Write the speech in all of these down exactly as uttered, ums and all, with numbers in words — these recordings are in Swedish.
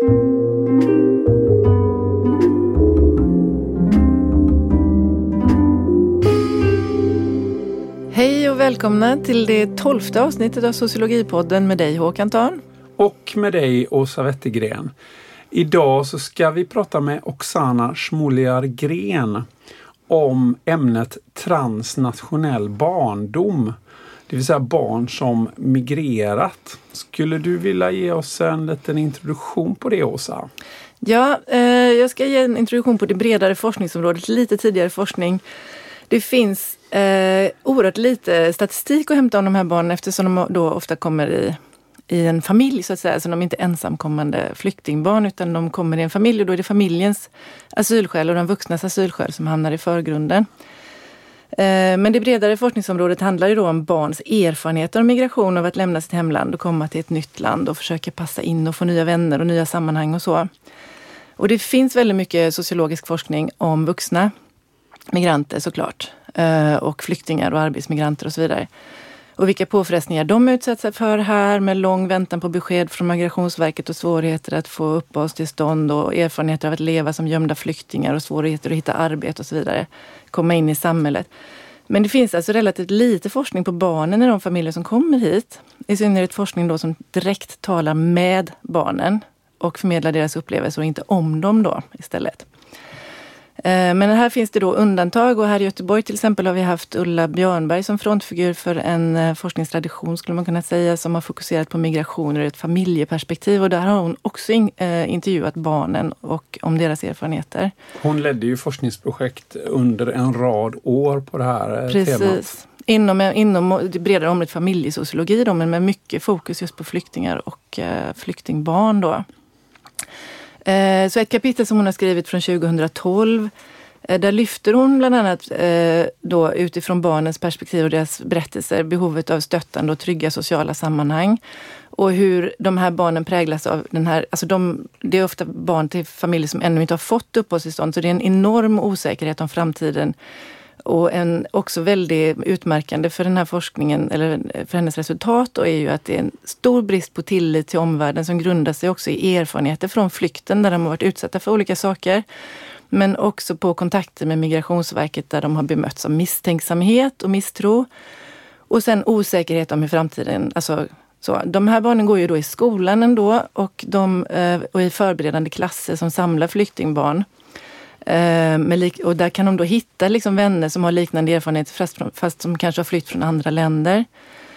Hej och välkomna till det tolfte avsnittet av Sociologipodden med dig Håkan Thörn. Och med dig Åsa Wettergren. Idag så ska vi prata med Oksana Smoljar-Gren om ämnet transnationell barndom. Det vill säga barn som migrerat. Skulle du vilja ge oss en liten introduktion på det, Åsa? Ja, eh, jag ska ge en introduktion på det bredare forskningsområdet, lite tidigare forskning. Det finns eh, oerhört lite statistik att hämta om de här barnen eftersom de då ofta kommer i, i en familj så att säga. Så de är inte ensamkommande flyktingbarn utan de kommer i en familj och då är det familjens asylskäl och de vuxnas asylskäl som hamnar i förgrunden. Eh, men det bredare forskningsområdet handlar ju då om barns erfarenheter av migration av att lämna sitt hemland och komma till ett nytt land och försöka passa in och få nya vänner och nya sammanhang och så. Och det finns väldigt mycket sociologisk forskning om vuxna migranter såklart och flyktingar och arbetsmigranter och så vidare. Och vilka påfrestningar de utsätts för här med lång väntan på besked från Migrationsverket och svårigheter att få uppehållstillstånd och erfarenheter av att leva som gömda flyktingar och svårigheter att hitta arbete och så vidare. Komma in i samhället. Men det finns alltså relativt lite forskning på barnen i de familjer som kommer hit. I synnerhet forskning då som direkt talar med barnen och förmedlar deras upplevelser och inte om dem då istället. Men här finns det då undantag och här i Göteborg till exempel har vi haft Ulla Björnberg som frontfigur för en forskningstradition skulle man kunna säga som har fokuserat på migration ur ett familjeperspektiv och där har hon också in, äh, intervjuat barnen och om deras erfarenheter. Hon ledde ju forskningsprojekt under en rad år på det här Precis. temat. Precis, inom, inom det bredare området familjesociologi då, men med mycket fokus just på flyktingar och äh, flyktingbarn då. Så ett kapitel som hon har skrivit från tjugohundratolv, där lyfter hon bland annat då utifrån barnens perspektiv och deras berättelser behovet av stöttande och trygga sociala sammanhang och hur de här barnen präglas av den här, alltså de, det är ofta barn till familjer som ännu inte har fått uppehållstillstånd så det är en enorm osäkerhet om framtiden. Och en också väldigt utmärkande för den här forskningen, eller för hennes resultat, då, är ju att det är en stor brist på tillit till omvärlden som grundar sig också i erfarenheter från flykten där de har varit utsatta för olika saker. Men också på kontakter med Migrationsverket där de har bemötts av misstänksamhet och misstro. Och sen osäkerhet om hur framtiden, alltså så. De här barnen går ju då i skolan ändå och, de, och i förberedande klasser som samlar flyktingbarn. Och där kan de då hitta liksom vänner som har liknande erfarenheter fast, fast som kanske har flytt från andra länder.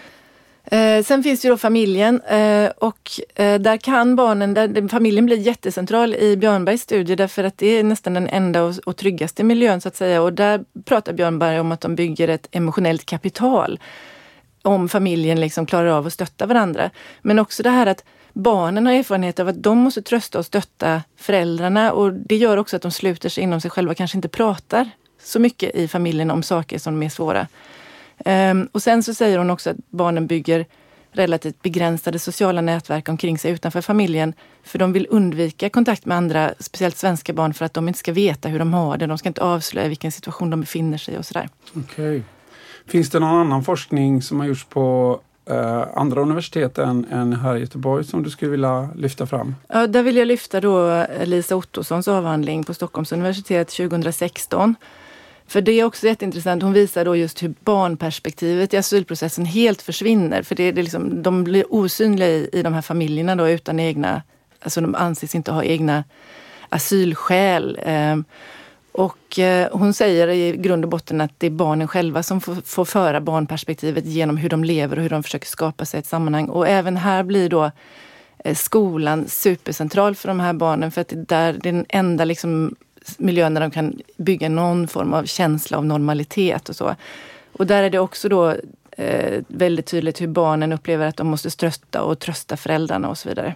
Sen finns ju då familjen och där kan barnen, där familjen blir jättecentral i Björnbergs studie därför att det är nästan den enda och, och tryggaste miljön så att säga. Och där pratar Björnberg om att de bygger ett emotionellt kapital om familjen liksom klarar av att stötta varandra. Men också det här att barnen har erfarenhet av att de måste trösta och stötta föräldrarna och det gör också att de sluter sig inom sig själva och kanske inte pratar så mycket i familjen om saker som är svåra. Um, och sen så säger hon också att barnen bygger relativt begränsade sociala nätverk omkring sig utanför familjen för de vill undvika kontakt med andra, speciellt svenska barn för att de inte ska veta hur de har det. De ska inte avslöja vilken situation de befinner sig i och sådär. Okej. Okay. Finns det någon annan forskning som har gjorts på Uh, andra universitet än, än här i Göteborg som du skulle vilja lyfta fram? Ja, där vill jag lyfta då Lisa Ottossons avhandling på Stockholms universitet tjugohundrasexton. För det är också jätteintressant. Hon visar då just hur barnperspektivet i asylprocessen helt försvinner. För det är, det är liksom, de blir osynliga i, i de här familjerna då utan egna, alltså de anses inte ha egna asylskäl. Uh, Och eh, hon säger i grund och botten att det är barnen själva som får, får föra barnperspektivet genom hur de lever och hur de försöker skapa sig ett sammanhang. Och även här blir då eh, skolan supercentral för de här barnen för att det, där, det är den enda liksom, miljön där de kan bygga någon form av känsla av normalitet och så. Och där är det också då eh, väldigt tydligt hur barnen upplever att de måste trösta och trösta föräldrarna och så vidare.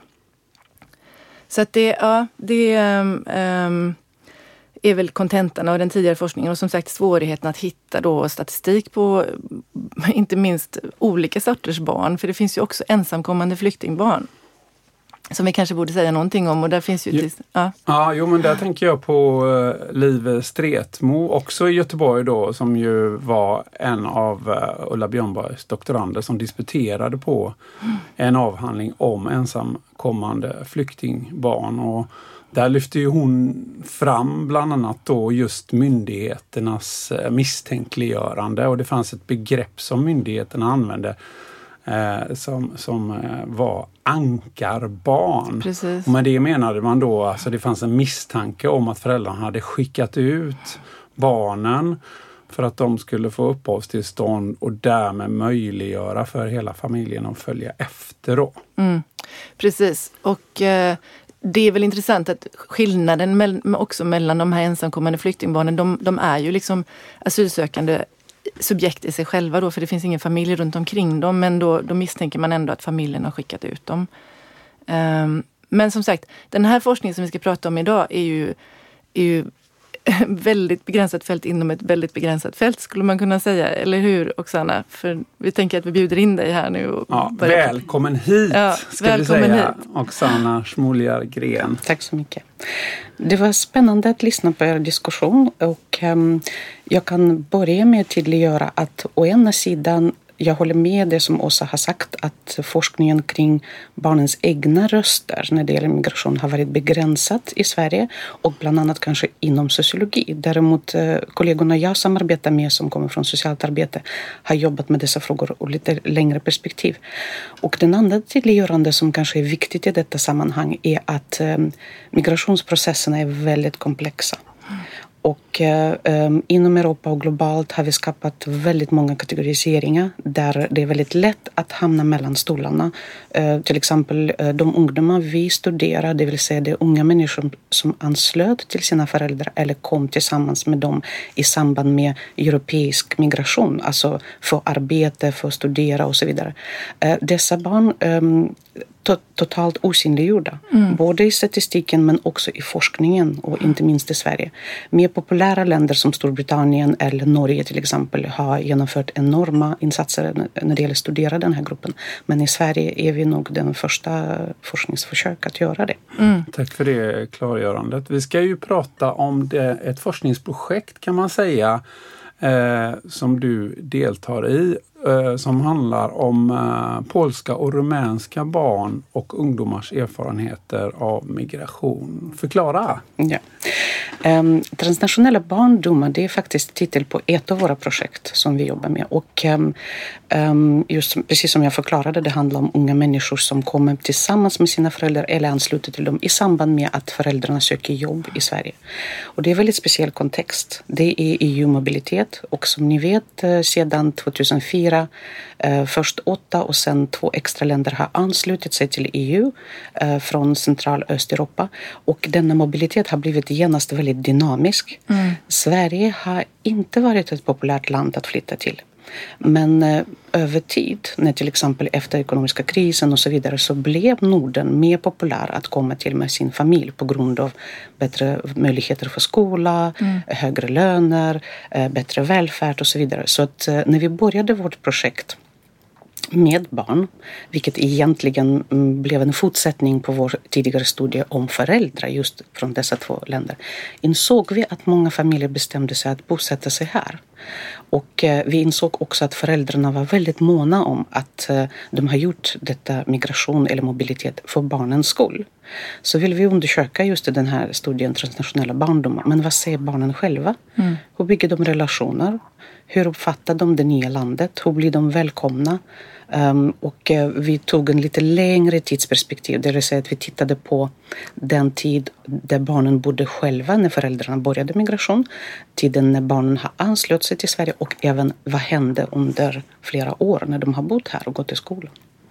Så att det, ja, det um, um, är väl kontentan av den tidigare forskningen och som sagt svårigheten att hitta då statistik på inte minst olika sorters barn för det finns ju också ensamkommande flyktingbarn. som vi kanske borde säga någonting om. Och där finns ju... Ja, till, ja. ja jo men där tänker jag på uh, Liv Stretmo, också i Göteborg då, som ju var en av uh, Ulla Björnbergs doktorander som disputerade på mm. en avhandling om ensamkommande flyktingbarn. Och där lyfter ju hon fram bland annat då just myndigheternas uh, misstänkliggörande, och det fanns ett begrepp som myndigheterna använde Eh, som, som eh, var ankarbarn. Precis. Och med det menade man då, alltså det fanns en misstanke om att föräldrarna hade skickat ut barnen för att de skulle få uppehållstillstånd och därmed möjliggöra för hela familjen att följa efter då. Mm. Precis, och eh, det är väl intressant att skillnaden me- också mellan de här ensamkommande flyktingbarnen, de, de är ju liksom asylsökande subjekt i sig själva då, för det finns ingen familj runt omkring dem, men då, då misstänker man ändå att familjen har skickat ut dem. Um, men som sagt, den här forskningen som vi ska prata om idag är ju, är ju väldigt begränsat fält inom ett väldigt begränsat fält, skulle man kunna säga. Eller hur, Oksana? För vi tänker att vi bjuder in dig här nu. Och ja, välkommen hit, ja, ska välkommen vi säga. Hit. Oksana Smoljar-Gren. Tack så mycket. Det var spännande att lyssna på er diskussion, och um, jag kan börja med att tydliggöra att å ena sidan jag håller med det som Åsa har sagt, att forskningen kring barnens egna röster när det gäller migration har varit begränsat i Sverige, och bland annat kanske inom sociologi. Däremot kollegorna jag samarbetar med som kommer från socialt arbete har jobbat med dessa frågor och lite längre perspektiv. Och den andra tydliggörande som kanske är viktigt i detta sammanhang är att um, migrationsprocesserna är väldigt komplexa. Och eh, inom Europa och globalt har vi skapat väldigt många kategoriseringar där det är väldigt lätt att hamna mellan stolarna. Eh, till exempel eh, de ungdomar vi studerar, det vill säga det unga människor som anslöt till sina föräldrar eller kom tillsammans med dem i samband med europeisk migration, alltså för arbete, för att studera och så vidare. Eh, dessa barn eh, totalt osynliggjorda. Mm. Både i statistiken men också i forskningen och inte minst i Sverige. Mer populära länder som Storbritannien eller Norge till exempel har genomfört enorma insatser när det gäller att studera den här gruppen. Men i Sverige är vi nog den första forskningsförsök att göra det. Mm. Tack för det klargörandet. Vi ska ju prata om det, ett forskningsprojekt kan man säga eh, som du deltar i. Som handlar om uh, polska och rumänska barn och ungdomars erfarenheter av migration. Förklara! Ja. Um, transnationella barndomar, det är faktiskt titel på ett av våra projekt som vi jobbar med. Och um, um, just precis som jag förklarade, det handlar om unga människor som kommer tillsammans med sina föräldrar eller ansluter till dem i samband med att föräldrarna söker jobb i Sverige. Och det är en väldigt speciell kontext. Det är E U-mobilitet, och som ni vet sedan tjugohundrafyra först åtta och sen två extra länder har anslutit sig till E U från Central- och Östeuropa. Och denna mobilitet har blivit genast väldigt dynamisk. Mm. Sverige har inte varit ett populärt land att flytta till. Men eh, över tid, när till exempel efter ekonomiska krisen och så vidare, så blev Norden mer populär att komma till med sin familj på grund av bättre möjligheter för skola, mm. högre löner, eh, bättre välfärd och så vidare. Så att eh, när vi började vårt projekt med barn, vilket egentligen blev en fortsättning på vår tidigare studie om föräldrar just från dessa två länder, insåg vi att många familjer bestämde sig att bosätta sig här. Och eh, vi insåg också att föräldrarna var väldigt måna om att eh, de har gjort detta migration eller mobilitet för barnens skull. Så vill vi undersöka just den här studien transnationella barndomar. Men vad säger barnen själva? Mm. Hur bygger de relationer? Hur uppfattar de det nya landet? Hur blir de välkomna? Um, och uh, vi tog en lite längre tidsperspektiv. Det vill säga att vi tittade på den tid där barnen bodde själva när föräldrarna började migration. Tiden när barnen har anslutit sig till Sverige, och även vad hände under flera år när de har bott här och gått i skolan.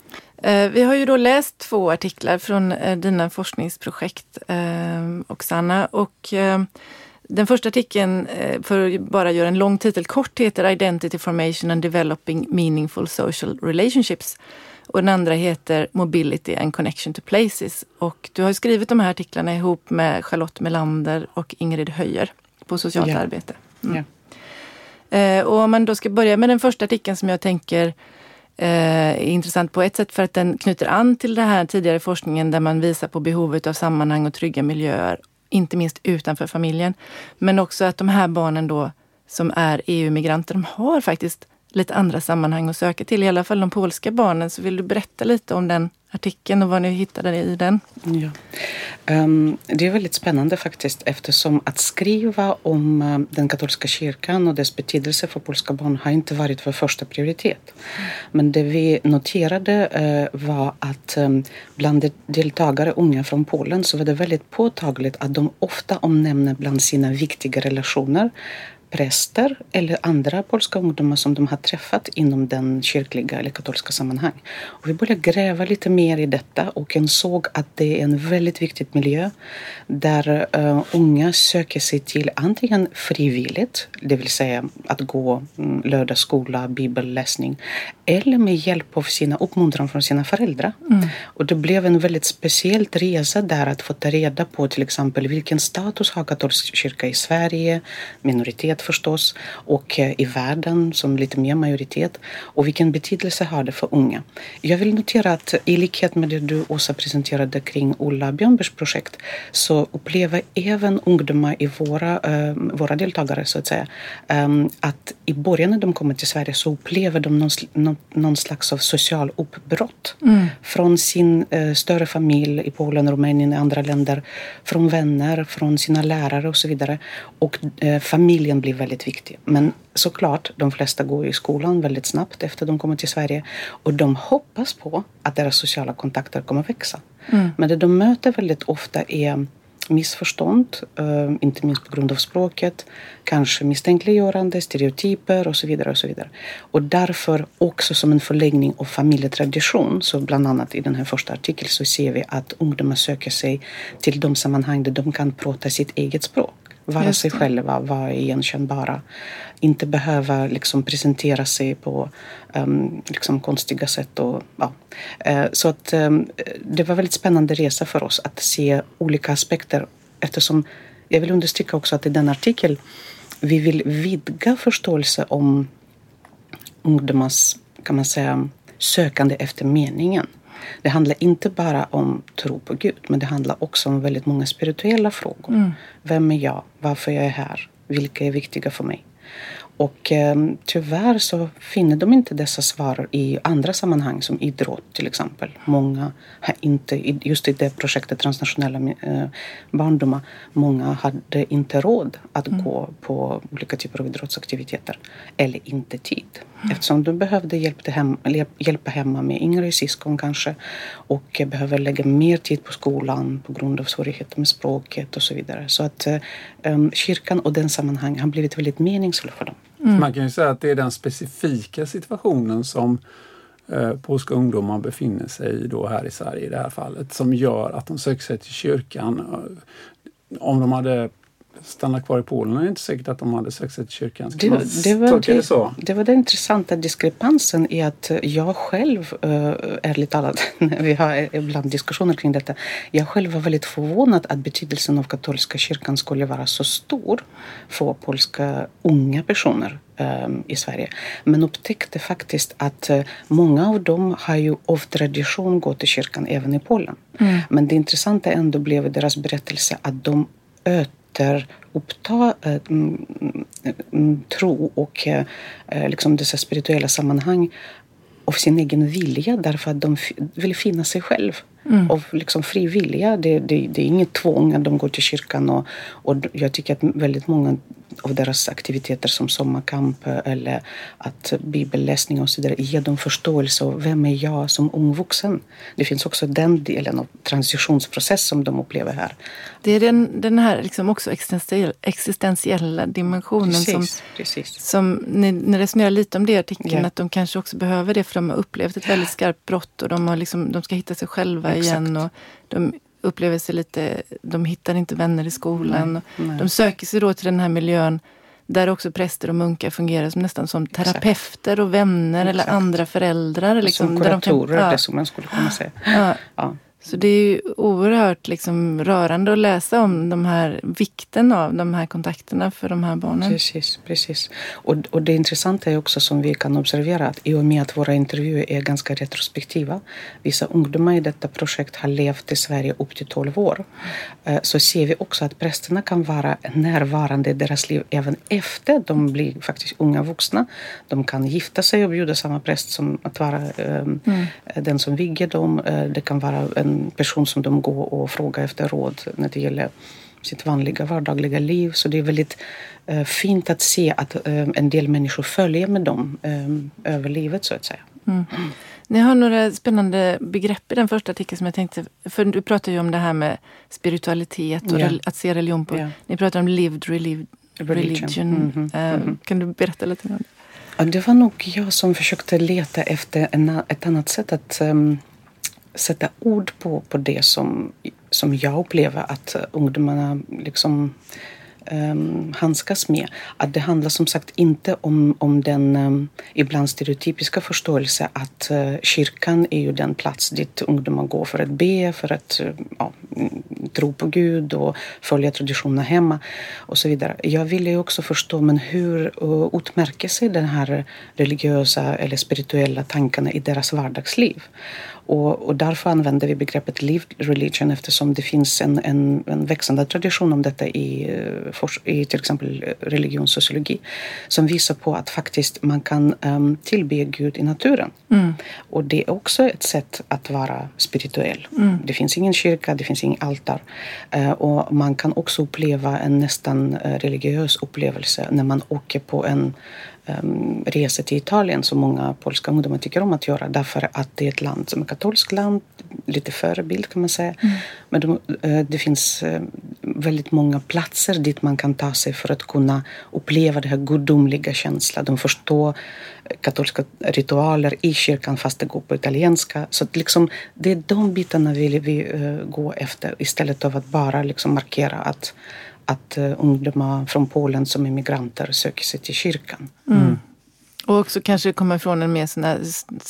Vi har ju då läst två artiklar från dina forskningsprojekt, Oksana, och den första artikeln, för att bara göra en lång titel kort, heter Identity Formation and Developing Meaningful Social Relationships, och den andra heter Mobility and Connection to Places. Och du har skrivit de här artiklarna ihop med Charlotte Melander och Ingrid Höjer på socialt ja. arbete. Mm. Ja. Och om man då ska börja med den första artikeln som jag tänker är intressant på ett sätt för att den knyter an till det här tidigare forskningen där man visar på behovet av sammanhang och trygga miljöer, inte minst utanför familjen. Men också att de här barnen då som är E U-migranter, de har faktiskt lite andra sammanhang att söka till. I alla fall de polska barnen. Så vill du berätta lite om den artikeln och vad ni hittade i den? Ja. Um, det är väldigt spännande faktiskt eftersom att skriva om uh, den katolska kyrkan och dess betydelse för polska barn har inte varit vår första prioritet. Mm. Men det vi noterade uh, var att um, bland de deltagare unga från Polen så var det väldigt påtagligt att de ofta omnämner bland sina viktiga relationer präster eller andra polska ungdomar som de har träffat inom den kyrkliga eller katolska sammanhang. Och vi började gräva lite mer i detta och en såg att det är en väldigt viktig miljö där uh, unga söker sig till antingen frivilligt, det vill säga att gå um, lördagsskola, bibelläsning, eller med hjälp av sina uppmuntran från sina föräldrar. Mm. Och det blev en väldigt speciell resa där att få ta reda på till exempel vilken status har katolsk kyrka i Sverige, minoritet förstås, och i världen som lite mer majoritet, och vilken betydelse har det för unga. Jag vill notera att i likhet med det du också presenterade kring Ulla Björnbergs projekt så upplever även ungdomar i våra, äh, våra deltagare så att säga ähm, att i början när de kommer till Sverige så upplever de någon, någon, någon slags av social uppbrott mm. från sin äh, större familj i Polen, Rumänien och andra länder, från vänner, från sina lärare och så vidare, och äh, familjen blir väldigt viktig. Men såklart, de flesta går i skolan väldigt snabbt efter de kommer till Sverige och de hoppas på att deras sociala kontakter kommer växa. Mm. Men det de möter väldigt ofta är missförstånd, äh, inte minst på grund av språket, kanske misstänkliggörande, stereotyper och så vidare och så vidare. Och därför också som en förlängning av familjetradition, så bland annat i den här första artikeln så ser vi att ungdomar söker sig till de sammanhang där de kan prata sitt eget språk. Vara sig själva, vara igenkännbara. Inte behöva liksom presentera sig på um, liksom konstiga sätt. Och, ja. uh, så att um, det var väldigt spännande resa för oss att se olika aspekter. Eftersom jag vill understryka också att i den artikel vi vill vidga förståelse om ungdomars, kan man säga, sökande efter meningen. Det handlar inte bara om tro på Gud, men det handlar också om väldigt många spirituella frågor. Mm. Vem är jag? Varför jag är här? Vilka är viktiga för mig? Och eh, tyvärr så finner de inte dessa svar i andra sammanhang som idrott till exempel. Många har inte, just i det projektet transnationella eh, barndomar, många hade inte råd att mm. gå på olika typer av idrottsaktiviteter. Eller inte tid. Mm. Eftersom de behövde hjälpa, hem, hjälpa hemma med yngre syskon kanske. Och behöver lägga mer tid på skolan på grund av svårigheter med språket och så vidare. Så att eh, kyrkan och den sammanhang har blivit väldigt meningsfull för dem. Mm. Man kan ju säga att det är den specifika situationen som eh, polska ungdomar befinner sig i då här i Sverige i det här fallet som gör att de söker sig till kyrkan. Om de hade stannat kvar i Polen är det inte säkert att de hade sökt sig till kyrkan. Det, det, var det, det, så? det var den intressanta diskrepansen i att jag själv, äh, ärligt talat, vi har ibland diskussioner kring detta, jag själv var väldigt förvånad att betydelsen av katolska kyrkan skulle vara så stor för polska unga personer äh, i Sverige. Men upptäckte faktiskt att äh, många av dem har ju av tradition gått till kyrkan även i Polen. Mm. Men det intressanta ändå blev i deras berättelse att de öt uppta äh, m, tro och äh, liksom dessa spirituella sammanhang av sin egen vilja därför att de f- vill finna sig själv. Mm. Av liksom fri vilja. Det, det, det är inget tvång att de går till kyrkan och, och jag tycker att väldigt många av deras aktiviteter som sommarkamp eller att bibelläsning och så vidare ger dem förståelse av vem är jag som ung vuxen. Det finns också den delen av transitionsprocess som de upplever här. Det är den, den här liksom också existentiella, existentiella dimensionen precis, som, precis. som ni, ni resonerar lite om det i artikeln, yeah. att de kanske också behöver det för de har upplevt ett väldigt skarpt brott och de, har liksom, de ska hitta sig själva Exakt. igen och de upplever sig lite, de hittar inte vänner i skolan. Nej, nej. De söker sig då till den här miljön där också präster och munkar fungerar som nästan som terapeuter och vänner Exakt. eller andra föräldrar. Liksom, som kuratorer, där de kan, ja. det som man skulle kunna säga. Ja. Ja. Så det är ju oerhört liksom rörande att läsa om de här, vikten av de här kontakterna för de här barnen. Precis, precis. Och, och det intressanta är också som vi kan observera att i och med att våra intervjuer är ganska retrospektiva, vissa ungdomar i detta projekt har levt i Sverige upp till tolv år, så ser vi också att prästerna kan vara närvarande i deras liv även efter de blir faktiskt unga vuxna. De kan gifta sig och bjuda samma präst som att vara um, mm. den som vigger dem. Det kan vara en en person som de går och frågar efter råd när det gäller sitt vanliga vardagliga liv. Så det är väldigt eh, fint att se att eh, en del människor följer med dem eh, över livet så att säga. Mm. Mm. Ni har några spännande begrepp i den första artikeln som jag tänkte, för du pratar ju om det här med spiritualitet och ja. re, att se religion på. Ja. Ni pratar om lived religion. religion. Mm-hmm. Mm-hmm. Uh, kan du berätta lite om det? Ja, det var nog jag som försökte leta efter en, ett annat sätt att um, sätta ord på, på det som, som jag upplever att ungdomarna liksom um, handskas med. Att det handlar som sagt inte om, om den um, ibland stereotypiska förståelse att uh, kyrkan är ju den plats dit ungdomar går för att be, för att uh, ja, tro på Gud och följa traditionerna hemma och så vidare. Jag ville ju också förstå, men hur uh, utmärker sig den här religiösa eller spirituella tankarna i deras vardagsliv? Och, och därför använder vi begreppet lived religion eftersom det finns en, en, en växande tradition om detta i, i till exempel religionssociologi som visar på att faktiskt man kan um, tillbe Gud i naturen. Mm. Och det är också ett sätt att vara spirituell. Mm. Det finns ingen kyrka, det finns ingen altar. Uh, och man kan också uppleva en nästan uh, religiös upplevelse när man åker på en Um, resor till Italien som många polska ungdomar tycker om att göra därför att det är ett land som är katolskt land, lite förebild kan man säga. Mm. Men de, uh, det finns uh, väldigt många platser dit man kan ta sig för att kunna uppleva det här gudomliga känslan. De förstår katolska ritualer i kyrkan fast det går på italienska. Så att liksom, det är de bitarna vi vill uh, gå efter istället för att bara liksom markera att att uh, ungdomar från Polen som är migranter söker sig till kyrkan. Mm. Mm. Och också kanske komma ifrån en mer sån här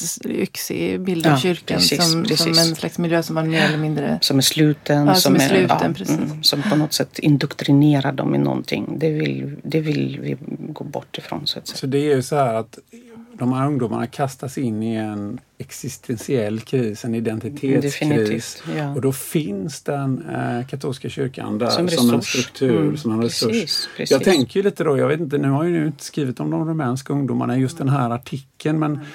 yxig bild av ja, kyrkan precis, som, precis. som en slags miljö som var mer eller mindre... Som är sluten. Ja, som, som är sluten, ja, precis. Mm, som på något sätt indoktrinerar dem i någonting. Det vill, det vill vi gå bort ifrån så att säga. Så det är ju så här att de här ungdomarna kastas in i en existentiell kris, en identitetskris. Ja. Och då finns den eh, katolska kyrkan där som, som en struktur, mm, som en resurs. Precis, precis. Jag tänker ju lite då, jag vet inte, nu har jag ju inte skrivit om de rumänska ungdomarna just den här artikeln, men mm.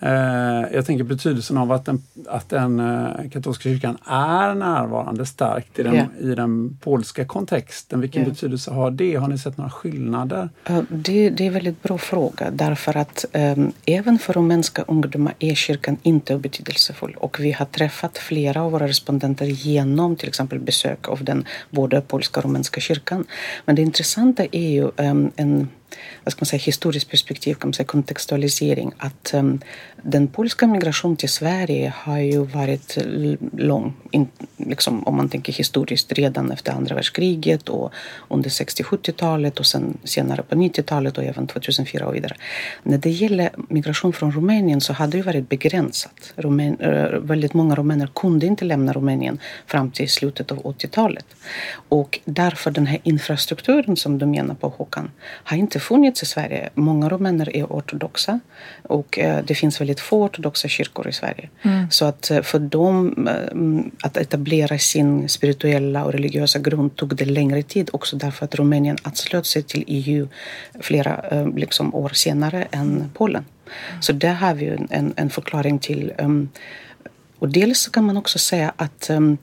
eh, jag tänker betydelsen av att den, att den eh, katolska kyrkan är närvarande starkt i den, yeah. i den polska kontexten. Vilken yeah. betydelse har det? Har ni sett några skillnader? Uh, det, det är en väldigt bra fråga därför att um, även för rumänska ungdomar är kyrkan inte obetydelsefull och vi har träffat flera av våra respondenter genom till exempel besök av den både polska och rumänska kyrkan. Men det intressanta är ju um, en vad ska man säga, historiskt perspektiv, kan man säga, kontextualisering, att um, den polska migration till Sverige har ju varit lång, in, liksom, om man tänker historiskt, redan efter andra världskriget och under sextio-sjuttiotalet och sen senare på nittiotalet och även tvåtusenfyra och vidare. När det gäller migration från Rumänien så hade det varit begränsat. Rumän, äh, väldigt många rumäner kunde inte lämna Rumänien fram till slutet av åttiotalet. Och därför den här infrastrukturen som du menar på, Håkan, har inte funnits i Sverige. Många rumäner är ortodoxa och eh, det finns väldigt få ortodoxa kyrkor i Sverige. Mm. Så att eh, för dem eh, att etablera sin spirituella och religiösa grund tog det längre tid också därför att Rumänien anslöt sig till E U flera eh, liksom år senare än Polen. Mm. Så där har vi en, en förklaring till. Um, och dels kan man också säga att um,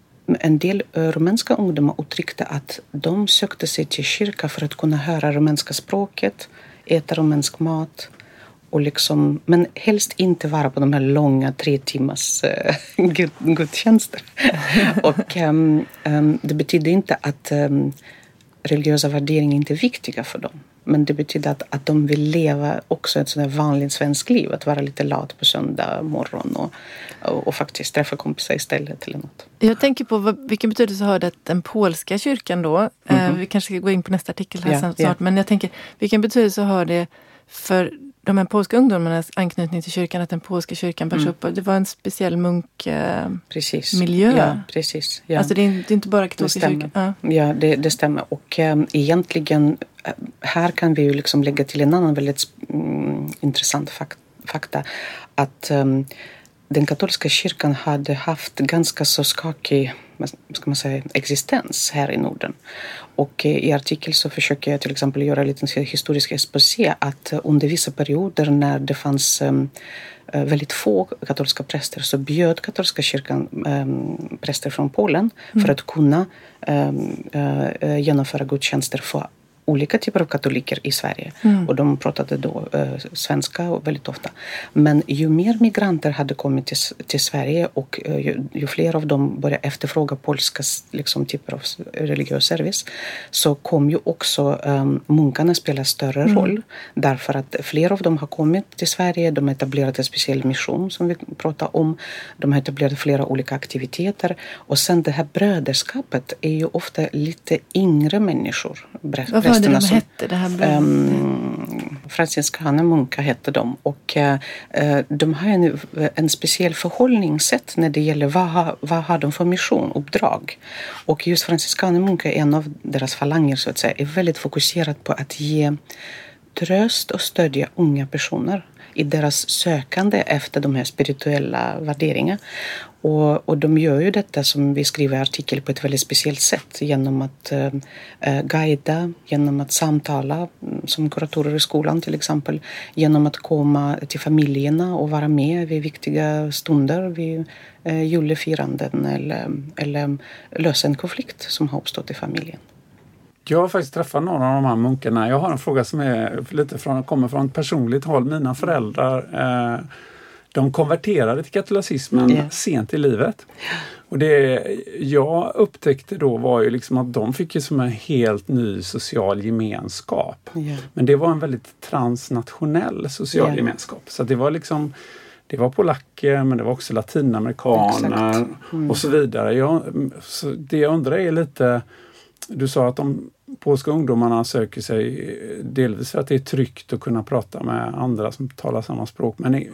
en del rumänska ungdomar uttryckte att de sökte sig till kyrka för att kunna höra rumänska språket, äta rumänsk mat och liksom, men helst inte vara på de här långa tre timmars uh, gud, gudstjänster. Och um, um, det betyder inte att um, religiösa värderingar inte är viktiga för dem. Men det betyder att, att de vill leva också ett sådant vanligt svensk liv. Att vara lite lat på söndag morgon och, och, och faktiskt träffa kompisar istället eller något. Jag tänker på vad, vilken betydelse har det den polska kyrkan då? Mm-hmm. Eh, vi kanske ska gå in på nästa artikel här yeah, snart. Yeah. Men jag tänker, vilken betydelse har det för de här polska ungdomarnas anknytning till kyrkan, att den polska kyrkan bärs Mm. upp. Det var en speciell munkmiljö. Eh, Precis. miljö. Ja, precis. Ja. Alltså det är, det är inte bara katolska Det stämmer. kyrkan. Ja. Ja, det, det stämmer. Och äh, egentligen, äh, här kan vi ju liksom lägga till en annan väldigt mm, intressant fak- fakta. Att ähm, den katolska kyrkan hade haft ganska så skakig, vad ska man säga, existens här i Norden. Och äh, i artikel så försöker jag till exempel göra en liten historisk exposé att äh, under vissa perioder när det fanns ähm, väldigt få katolska präster så bjöd katolska kyrkan ähm, präster från Polen mm. för att kunna ähm, äh, genomföra gudstjänster för olika typer av katoliker i Sverige. Mm. Och de pratade då äh, svenska väldigt ofta. Men ju mer migranter hade kommit till, till Sverige och äh, ju, ju fler av dem började efterfråga polska liksom, typer av religiös service så kom ju också ähm, munkarna spela större mm. roll. Därför att fler av dem har kommit till Sverige. De har etablerat en speciell mission som vi pratar om. De har etablerat flera olika aktiviteter. Och sen det här bröderskapet är ju ofta lite yngre människor. Vad var det de som, hette? Det här um, fransiskaner munkar hette de. Och uh, de har en, en speciell förhållningssätt när det gäller vad har, vad har de för mission, uppdrag. Och just fransiskaner munkar är en av deras falanger så att säga. Är väldigt fokuserad på att ge tröst och stödja unga personer i deras sökande efter de här spirituella värderingarna. Och, och de gör ju detta som vi skriver i artikel på ett väldigt speciellt sätt genom att eh, guida, genom att samtala som kuratorer i skolan till exempel, genom att komma till familjerna och vara med vid viktiga stunder, vid eh, julefiranden eller, eller lösa en konflikt som har uppstått i familjen. Jag har faktiskt träffat några av de här munkarna. Jag har en fråga som är lite från, kommer från ett personligt håll. Mina föräldrar, eh, de konverterade till katolicismen yeah. sent i livet. Och det jag upptäckte då var ju liksom att de fick ju som en helt ny social gemenskap. Yeah. Men det var en väldigt transnationell social yeah. gemenskap. Så det var liksom... Det var polacker, men det var också latinamerikaner mm. och så vidare. Jag, så det jag undrar är lite... Du sa att de polska ungdomarna söker sig delvis för att det är tryggt att kunna prata med andra som talar samma språk. Men är,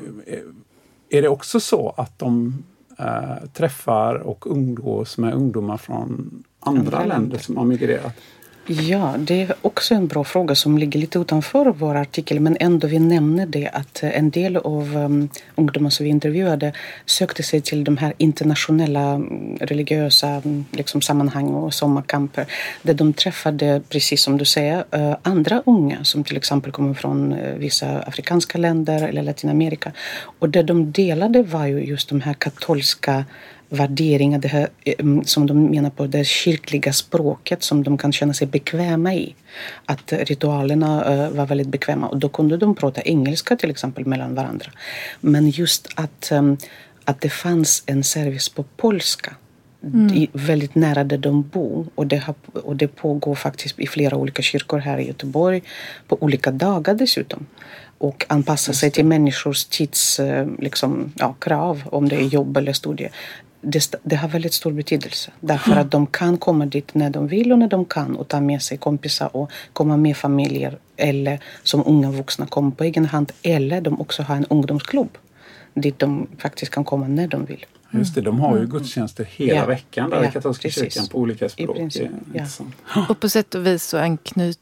är det också så att de äh, träffar och umgås med ungdomar från andra, andra länder, länder som har migrerat? Ja, det är också en bra fråga som ligger lite utanför vår artikel, men ändå vi nämner det att en del av um, ungdomar som vi intervjuade sökte sig till de här internationella religiösa liksom, sammanhang och sommarkamper där de träffade, precis som du säger, uh, andra unga som till exempel kommer från uh, vissa afrikanska länder eller Latinamerika, och det de delade var ju just de här katolska värderingar, det här, som de menar på det kyrkliga språket som de kan känna sig bekväma i. Att ritualerna uh, var väldigt bekväma och då kunde de prata engelska till exempel mellan varandra. Men just att, um, att det fanns en service på polska mm. i, väldigt nära där de bor, och det, har, och det pågår faktiskt i flera olika kyrkor här i Göteborg på olika dagar dessutom. Och anpassa sig till människors tids liksom, ja, krav, om det är jobb eller studier. Det, det har väldigt stor betydelse. Därför mm. att de kan komma dit när de vill och när de kan och ta med sig kompisar och komma med familjer. Eller som unga vuxna kommer på egen hand. Eller de också har en ungdomsklubb dit de faktiskt kan komma när de vill. Just det, de har ju gudstjänster hela ja. veckan där ja, i katolska kyrkan på olika språk. Princip, ja. Och på sätt och vis så anknyter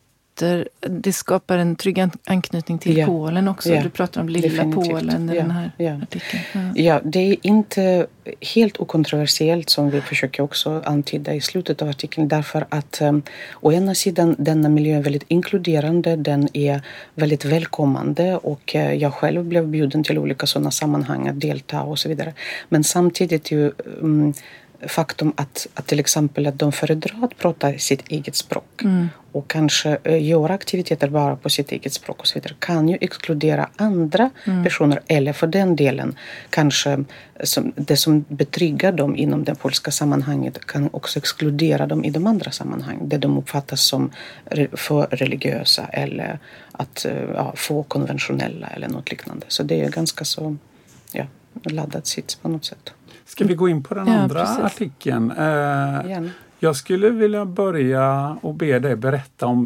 det skapar en trygg anknytning till ja. Polen också. Ja. Du pratar om lilla definitivt. Polen i ja. den här ja. artikeln. Ja. ja, det är inte helt okontroversiellt som vi försöker också antyda i slutet av artikeln. Därför att um, å ena sidan denna miljö är väldigt inkluderande, den är väldigt välkommande och uh, jag själv blev bjuden till olika sådana sammanhang att delta och så vidare. Men samtidigt ju um, faktum att, att till exempel att de föredrar att prata sitt eget språk mm. och kanske uh, göra aktiviteter bara på sitt eget språk och så vidare kan ju exkludera andra mm. personer, eller för den delen kanske som, det som betryggar dem inom det polska sammanhanget kan också exkludera dem i de andra sammanhang där de uppfattas som re, för religiösa eller att uh, ja, få konventionella eller något liknande. Så det är ganska så ja, laddat sits på något sätt. Ska vi gå in på den ja, andra precis. artikeln? Eh, jag skulle vilja börja och be dig berätta om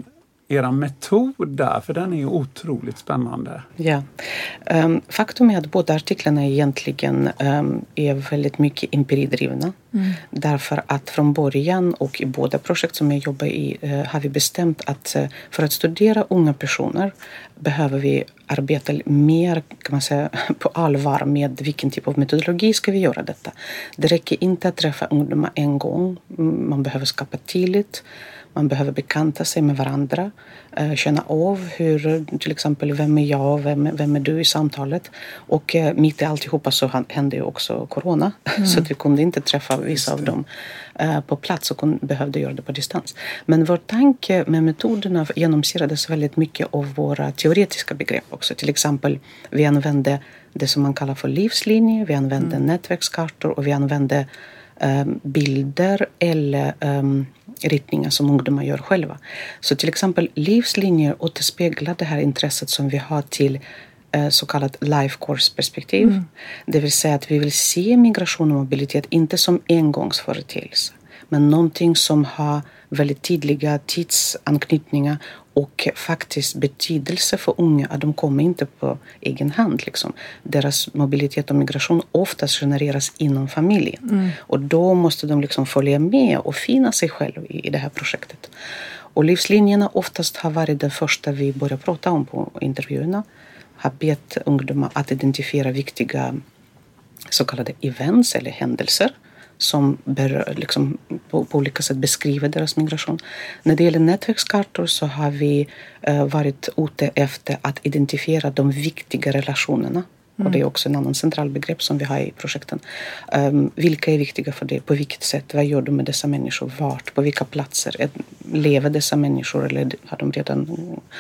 era metod där, för den är ju otroligt spännande. Ja, um, faktum är att båda artiklarna egentligen um, är väldigt mycket empiridrivna. Mm. Därför att från början och i båda projekt som jag jobbar i uh, har vi bestämt att uh, för att studera unga personer behöver vi arbeta mer, kan man säga, på allvar med vilken typ av metodologi ska vi göra detta. Det räcker inte att träffa ungdomar en gång. Man behöver skapa tillit. Man behöver bekanta sig med varandra, känna av hur, till exempel, vem är jag, vem, vem är du i samtalet. Och mitt i alltihopa så hände ju också corona. Mm. Så att vi kunde inte träffa vissa av dem på plats och behövde göra det på distans. Men vår tanke med metoderna genomsyrades väldigt mycket av våra teoretiska begrepp också. Till exempel, vi använde det som man kallar för livslinje, vi använde mm. nätverkskartor och vi använde um, bilder eller um, ritningar som ungdomar gör själva. Så till exempel livslinjer återspeglar det här intresset som vi har till eh, så kallat life course-perspektiv. Mm. Det vill säga att vi vill se migration och mobilitet inte som engångsföreteelse, men någonting som har väldigt tydliga tidsanknytningar och faktiskt betydelse för unga, att de kommer inte på egen hand. Liksom. Deras mobilitet och migration oftast genereras inom familjen. Mm. Och då måste de liksom följa med och finna sig själv i, i det här projektet. Och livslinjerna oftast har varit det första vi börjar prata om på intervjuerna. Har bett ungdomar att identifiera viktiga så kallade events eller händelser som ber, liksom, på, på olika sätt beskriver deras migration. När det gäller nätverkskartor så har vi eh, varit ute efter att identifiera de viktiga relationerna. Mm. Och det är också en annan central begrepp som vi har i projekten. Um, vilka är viktiga för det? På vilket sätt? Vad gör de med dessa människor? Vart? På vilka platser? Lever dessa människor eller har de redan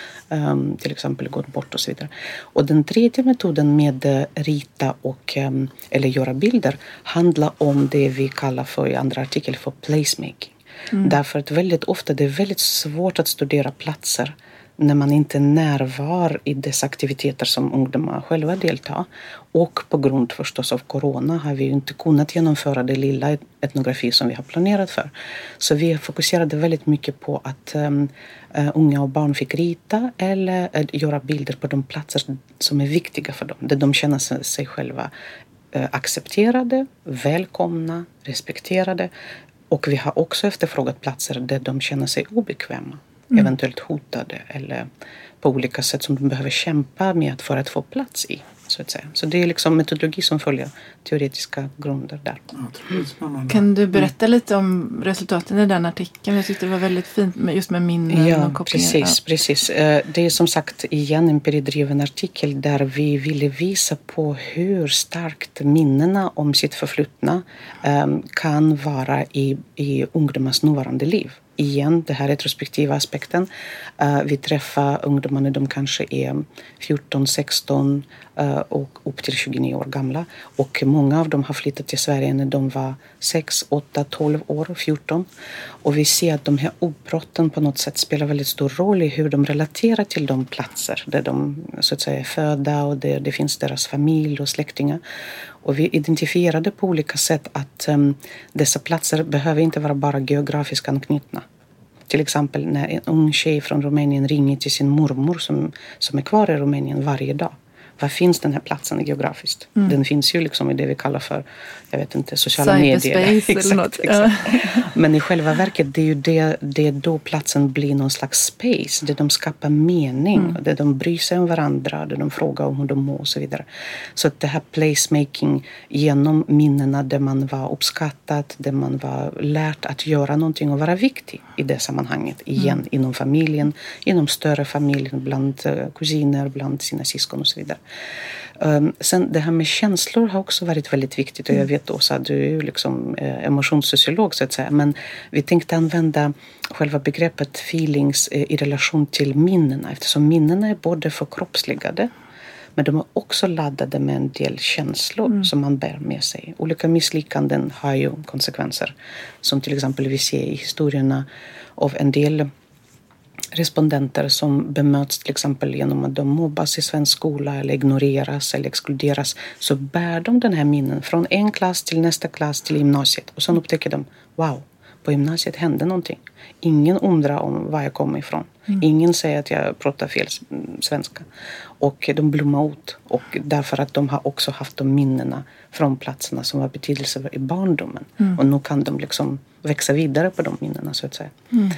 um, till exempel gått bort och så vidare? Och den tredje metoden med rita och um, eller göra bilder handlar om det vi kallar för i andra artikel för placemaking. Mm. Därför att väldigt ofta det är väldigt svårt att studera platser när man inte närvar i dessa aktiviteter som ungdomar själva deltar. Och på grund förstås av corona har vi ju inte kunnat genomföra det lilla etnografi som vi har planerat för. Så vi fokuserade väldigt mycket på att um, uh, unga och barn fick rita eller uh, göra bilder på de platser som är viktiga för dem. Där de känner sig själva uh, accepterade, välkomna, respekterade. Och vi har också efterfrågat platser där de känner sig obekväma. Mm. Eventuellt hotade eller på olika sätt som de behöver kämpa med för att få plats i, så att säga. Så det är liksom metodologi som följer teoretiska grunder där. Ja, kan du berätta mm. lite om resultaten i den artikeln? Jag tyckte det var väldigt fint med, just med minnen ja, och kopplingar. Precis, precis. Det är som sagt igen en empiridriven artikel där vi ville visa på hur starkt minnena om sitt förflutna um, kan vara i, i ungdomars nuvarande liv. Igen, det här retrospektiva aspekten. Uh, vi träffar ungdomar när de kanske är fjorton, sexton uh, och upp till tjugonio år gamla. Och många av dem har flyttat till Sverige när de var sex, åtta, tolv år, fjorton. Och vi ser att de här uppbrotten på något sätt spelar väldigt stor roll i hur de relaterar till de platser där de så att säga är födda och där det finns deras familj och släktingar. Och vi identifierade på olika sätt att um, dessa platser behöver inte vara bara geografiskt anknutna. Till exempel när en ung tjej från Rumänien ringer till sin mormor som, som är kvar i Rumänien varje dag. Var finns den här platsen geografiskt? Mm. Den finns ju liksom i det vi kallar för, jag vet inte, sociala medier. Cyberspace eller något. Exakt. Men i själva verket, det är ju det, det är då platsen blir någon slags space. Där de skapar mening. Mm. Där de bryr sig om varandra. Där de frågar om hur de mår och så vidare. Så att det här placemaking genom minnena där man var uppskattad. Där man var lärt att göra någonting och vara viktig i det sammanhanget. Igen, mm. inom familjen. Inom större familjen. Bland kusiner, bland sina syskon och så vidare. Um, sen det här med känslor har också varit väldigt viktigt och jag vet också att du är ju liksom eh, emotionssociolog så att säga, men vi tänkte använda själva begreppet feelings eh, i relation till minnena eftersom minnena är både förkroppsligade men de är också laddade med en del känslor mm. som man bär med sig. Olika misslyckanden har ju konsekvenser som till exempel vi ser i historierna av en del respondenter som bemöts till exempel genom att de mobbas i svensk skola eller ignoreras eller exkluderas så bär de den här minnen från en klass till nästa klass till gymnasiet och sen upptäcker de, wow, på på gymnasiet hände någonting. Ingen undrar om var jag kommer ifrån. Mm. Ingen säger att jag pratar fel svenska. Och de blommar ut. Och därför att de har också haft de minnena från platserna som var betydelsefulla i barndomen. Mm. Och nu kan de liksom växa vidare på de minnena, så att säga. Mm.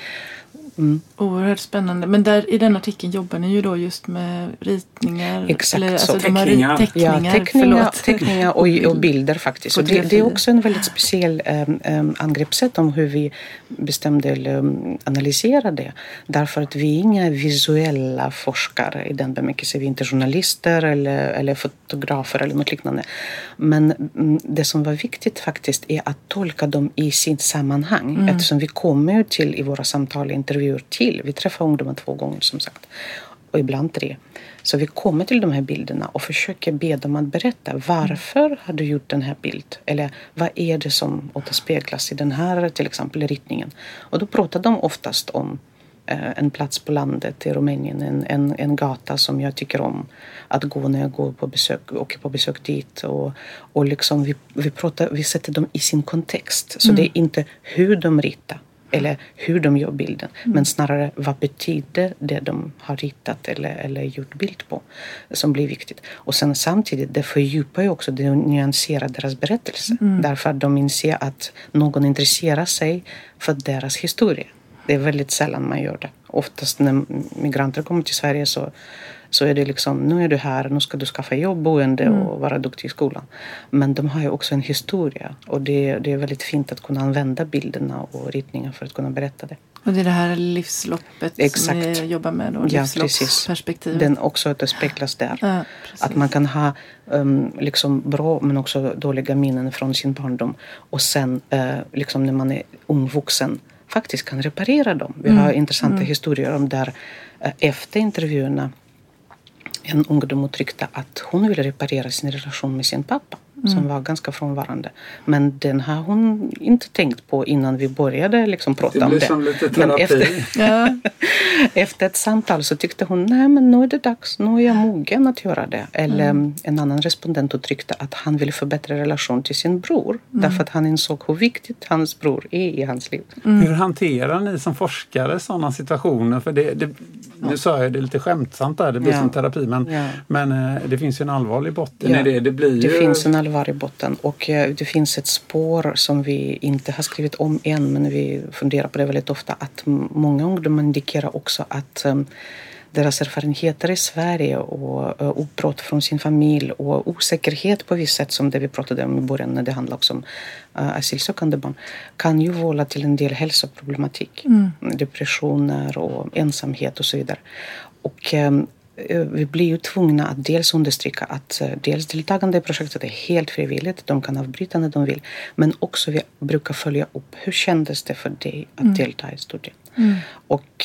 Mm. Oerhört spännande. Men där i den artikeln jobbar ni ju då just med ritningar. Exakt eller, så. Alltså, teckningar. De teckningar, ja, teckningar, teckningar och, och bilder faktiskt. Och det, det är också en väldigt speciell um, um, angreppssätt om hur vi bestämde eller um, analyserade det. Därför att vi är inga visuella forskare i den bemärkelsen. Vi är inte journalister eller, eller fotografer eller något liknande. Men um, det som var viktigt faktiskt är att tolka dem i sitt sammanhang. Mm. Eftersom vi kommer till i våra samtal och intervjuer till. Vi träffar ungdomar två gånger som sagt. Och ibland tre. Så vi kommer till de här bilderna och försöker be dem att berätta. Varför har du gjort den här bild? Eller vad är det som återspeglas i den här till exempel ritningen? Och då pratar de oftast om eh, en plats på landet i Rumänien. En, en, en gata som jag tycker om att gå när jag går på besök, åker på besök dit. Och, och liksom vi, vi, pratar, vi sätter dem i sin kontext. Så mm. det är inte hur de ritar. Eller hur de gör bilden. Mm. Men snarare vad betyder det de har ritat eller, eller gjort bild på. Som blir viktigt. Och sen samtidigt, det fördjupar ju också, det nyanserar deras berättelse. Mm. Därför att de inser att någon intresserar sig för deras historia. Det är väldigt sällan man gör det. Oftast när migranter kommer till Sverige så, så är det liksom, nu är du här, nu ska du skaffa jobb, boende mm. och vara duktig i skolan. Men de har ju också en historia. Och det, det är väldigt fint att kunna använda bilderna och ritningar för att kunna berätta det. Och det är det här livsloppet Exakt. Som ni jobbar med då, livsloppsperspektivet. Ja, den också att det speglas där. Ja, att man kan ha um, liksom bra men också dåliga minnen från sin barndom. Och sen uh, liksom när man är ung vuxen faktiskt kan reparera dem. Vi har mm. intressanta mm. historier om där uh, efter intervjuerna en ungdom uttryckte att hon ville reparera sin relation med sin pappa. Mm. Som var ganska frånvarande. Men den har hon inte tänkt på innan vi började liksom prata det om det. Det blir som lite terapi. Efter, ja. efter ett samtal så tyckte hon, nej men nu är det dags. Nu är jag mogen att göra det. Eller mm. en annan respondent uttryckte att han ville förbättra relation till sin bror. Mm. Därför att han insåg hur viktigt hans bror är i hans liv. Mm. Hur hanterar ni som forskare sådana situationer? För det, det, nu sa jag det lite skämtsamt där, det blir ja. som terapi. Men, ja. men det finns ju en allvarlig botten ja. i det. Det, blir ju... det finns en allvarlig botten. Och det finns ett spår som vi inte har skrivit om än, men vi funderar på det väldigt ofta, att många ungdomar indikerar också att um, deras erfarenheter i Sverige och uh, uppbrott från sin familj och osäkerhet på visst sätt, som det vi pratade om i början när det handlar också om uh, asylsökande barn, kan ju vålla till en del hälsoproblematik. Mm. Depressioner och ensamhet och så vidare. Och um, vi blir ju tvungna att dels understryka att dels deltagande i projektet är helt frivilligt. De kan avbryta när de vill. Men också vi brukar följa upp. Hur kändes det för dig att mm. delta i studien? Mm. Och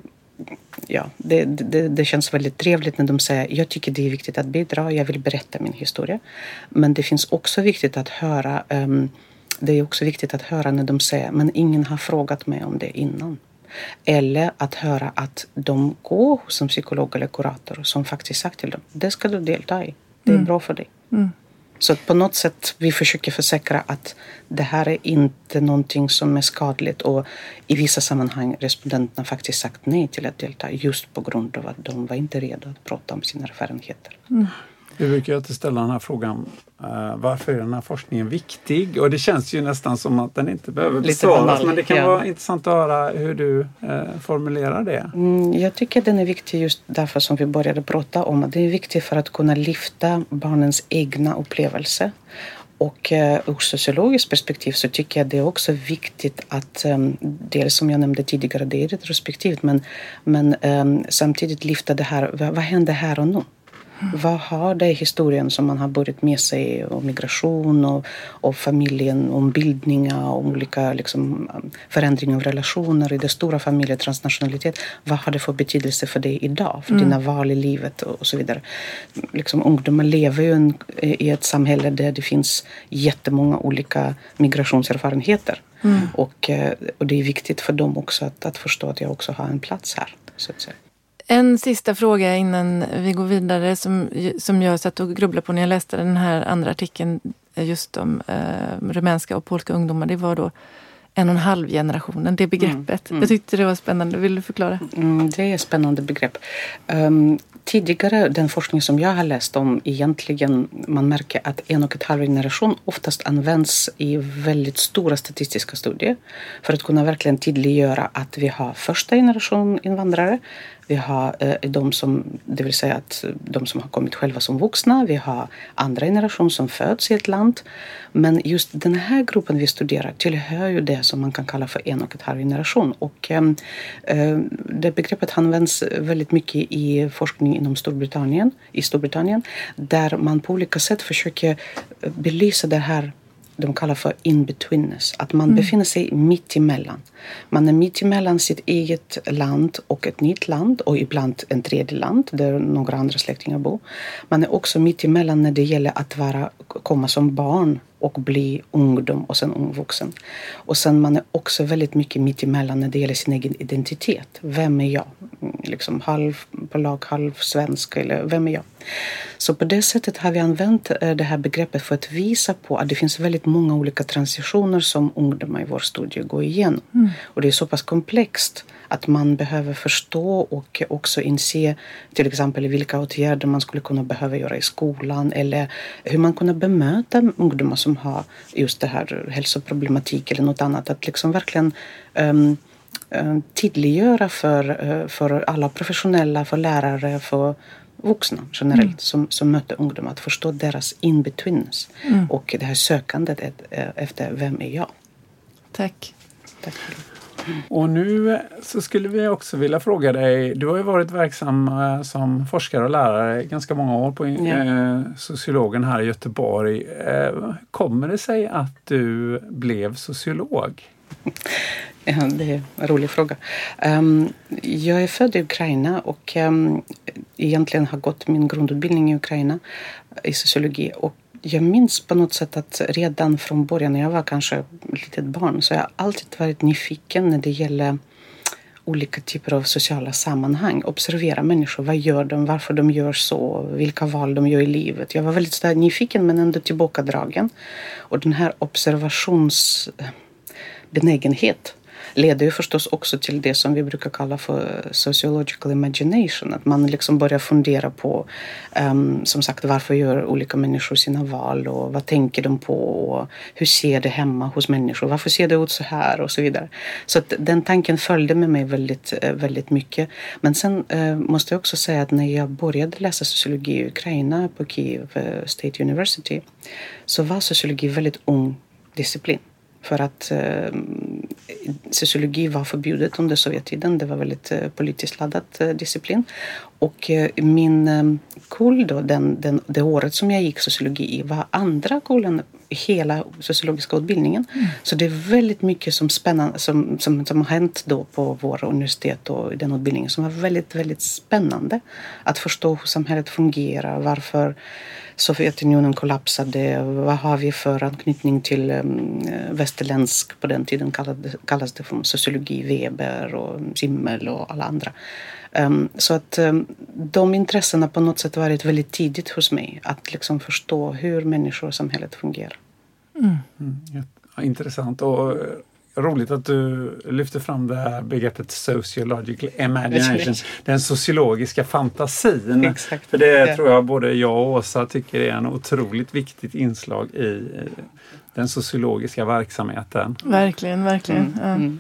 ja, det, det, det känns väldigt trevligt när de säger jag tycker det är viktigt att bidra. Jag vill berätta min historia. Men det finns också viktigt att höra um, det är också viktigt att höra när de säger men ingen har frågat mig om det innan. Eller att höra att de går hos en psykolog eller kurator som faktiskt sagt till dem, det ska du delta i, det är mm. bra för dig. Mm. Så att på något sätt vi försöker försäkra att det här är inte någonting som är skadligt, och i vissa sammanhang respondenterna faktiskt sagt nej till att delta just på grund av att de var inte redo att prata om sina erfarenheter. Mm. Vi brukar ju alltid ställa den här frågan, uh, varför är den här forskningen viktig? Och det känns ju nästan som att den inte behöver besvaras, men det kan ja. vara intressant att höra hur du uh, formulerar det. Mm, jag tycker den är viktig just därför som vi började prata om, att det är viktigt för att kunna lyfta barnens egna upplevelser. Och uh, ur sociologiskt perspektiv så tycker jag det är också viktigt att, um, dels som jag nämnde tidigare, det är retrospektivt, men, men um, samtidigt lyfta det här, vad, vad händer här och nu? Mm. Vad har det i historien som man har börjat med sig om migration och, och familjen, om bildningar och olika liksom, förändringar av relationer i det stora familjen, transnationalitet. Vad har det för betydelse för dig idag, för mm. dina val i livet och, och så vidare. Liksom, ungdomar lever ju en, i ett samhälle där det finns jättemånga olika migrationserfarenheter. Mm. Och, och det är viktigt för dem också att, att förstå att jag också har en plats här, så att säga. En sista fråga innan vi går vidare som, som jag satt och grubblade på när jag läste den här andra artikeln just om eh, rumänska och polska ungdomar. Det var då en och en halv generationen, det begreppet. Mm, mm. Jag tyckte det var spännande. Vill du förklara? Mm, det är ett spännande begrepp. Um, tidigare, den forskning som jag har läst om, egentligen man märker att en och en halv generation oftast används i väldigt stora statistiska studier för att kunna verkligen tydliggöra att vi har första generation invandrare. Vi har eh, de som, det vill säga att de som har kommit själva som vuxna. Vi har andra generation som föds i ett land. Men just den här gruppen vi studerar tillhör ju det som man kan kalla för en och en halv generation. Och eh, det begreppet används väldigt mycket i forskning inom Storbritannien, i Storbritannien. Där man på olika sätt försöker belysa det här de kallar för in-betweenness. Att man mm. befinner sig mitt emellan. Man är mitt emellan sitt eget land och ett nytt land. Och ibland en tredje land där några andra släktingar bor. Man är också mitt emellan när det gäller att vara, komma som barn och bli ungdom och sen ung vuxen. Och sen man är också väldigt mycket mitt emellan när det gäller sin egen identitet. Vem är jag? Liksom halv polag, halv svensk eller vem är jag? Så på det sättet har vi använt det här begreppet för att visa på att det finns väldigt många olika transitioner som ungdomar i vår studie går igenom. Mm. Och det är så pass komplext att man behöver förstå och också inse till exempel vilka åtgärder man skulle kunna behöva göra i skolan eller hur man kunna bemöta ungdomar som har just det här hälsoproblematik eller något annat. Att liksom verkligen um, um, tydliggöra för, uh, för alla professionella, för lärare, för vuxna generellt mm. som, som möter ungdomar att förstå deras in-betweenness mm. och det här sökandet ett, efter vem är jag. Tack. Tack. Och nu så skulle vi också vilja fråga dig, du har ju varit verksam som forskare och lärare ganska många år på ja. eh, sociologen här i Göteborg. Eh, kommer det sig att du blev sociolog? Ja, det är en rolig fråga. Um, jag är född i Ukraina och um, egentligen har gått min grundutbildning i Ukraina i sociologi. Och jag minns på något sätt att redan från början när jag var kanske ett litet barn så har jag alltid varit nyfiken när det gäller olika typer av sociala sammanhang. Observera människor, vad gör de, varför de gör så, vilka val de gör i livet. Jag var väldigt så nyfiken men ändå tillbakadragen. Och den här observationsbenägenhet leder ju förstås också till det som vi brukar kalla för sociological imagination. Att man liksom börjar fundera på, um, som sagt, varför gör olika människor sina val och vad tänker de på och hur ser det hemma hos människor, varför ser det ut så här och så vidare. Så att den tanken följde med mig väldigt, väldigt mycket. Men sen uh, måste jag också säga att när jag började läsa sociologi i Ukraina på Kiev State University så var sociologi väldigt ung disciplin. För att eh, sociologi var förbjudet under Sovjettiden. Det var väldigt eh, politiskt laddat eh, disciplin. Och eh, min eh, kull då, den, den, det året som jag gick sociologi i var andra kullen i hela sociologiska utbildningen. Mm. Så det är väldigt mycket som, spännande, som, som, som har hänt då på våra universitet och i den utbildningen som var väldigt, väldigt spännande. Att förstå hur samhället fungerar, varför Sovjetunionen kollapsade, vad har vi för anknytning till um, västerländsk, på den tiden kallades, kallas det för sociologi, Weber och Simmel och alla andra. Um, så att um, de intressena på något sätt varit väldigt tidigt hos mig, att liksom förstå hur människor och samhället fungerar. Mm. Mm, ja, intressant och roligt att du lyfter fram det här begreppet sociological imagination, den sociologiska fantasin. Exakt. För det ja. tror jag både jag och Åsa tycker är en otroligt viktigt inslag i den sociologiska verksamheten. Verkligen, verkligen. Mm. Ja. Mm.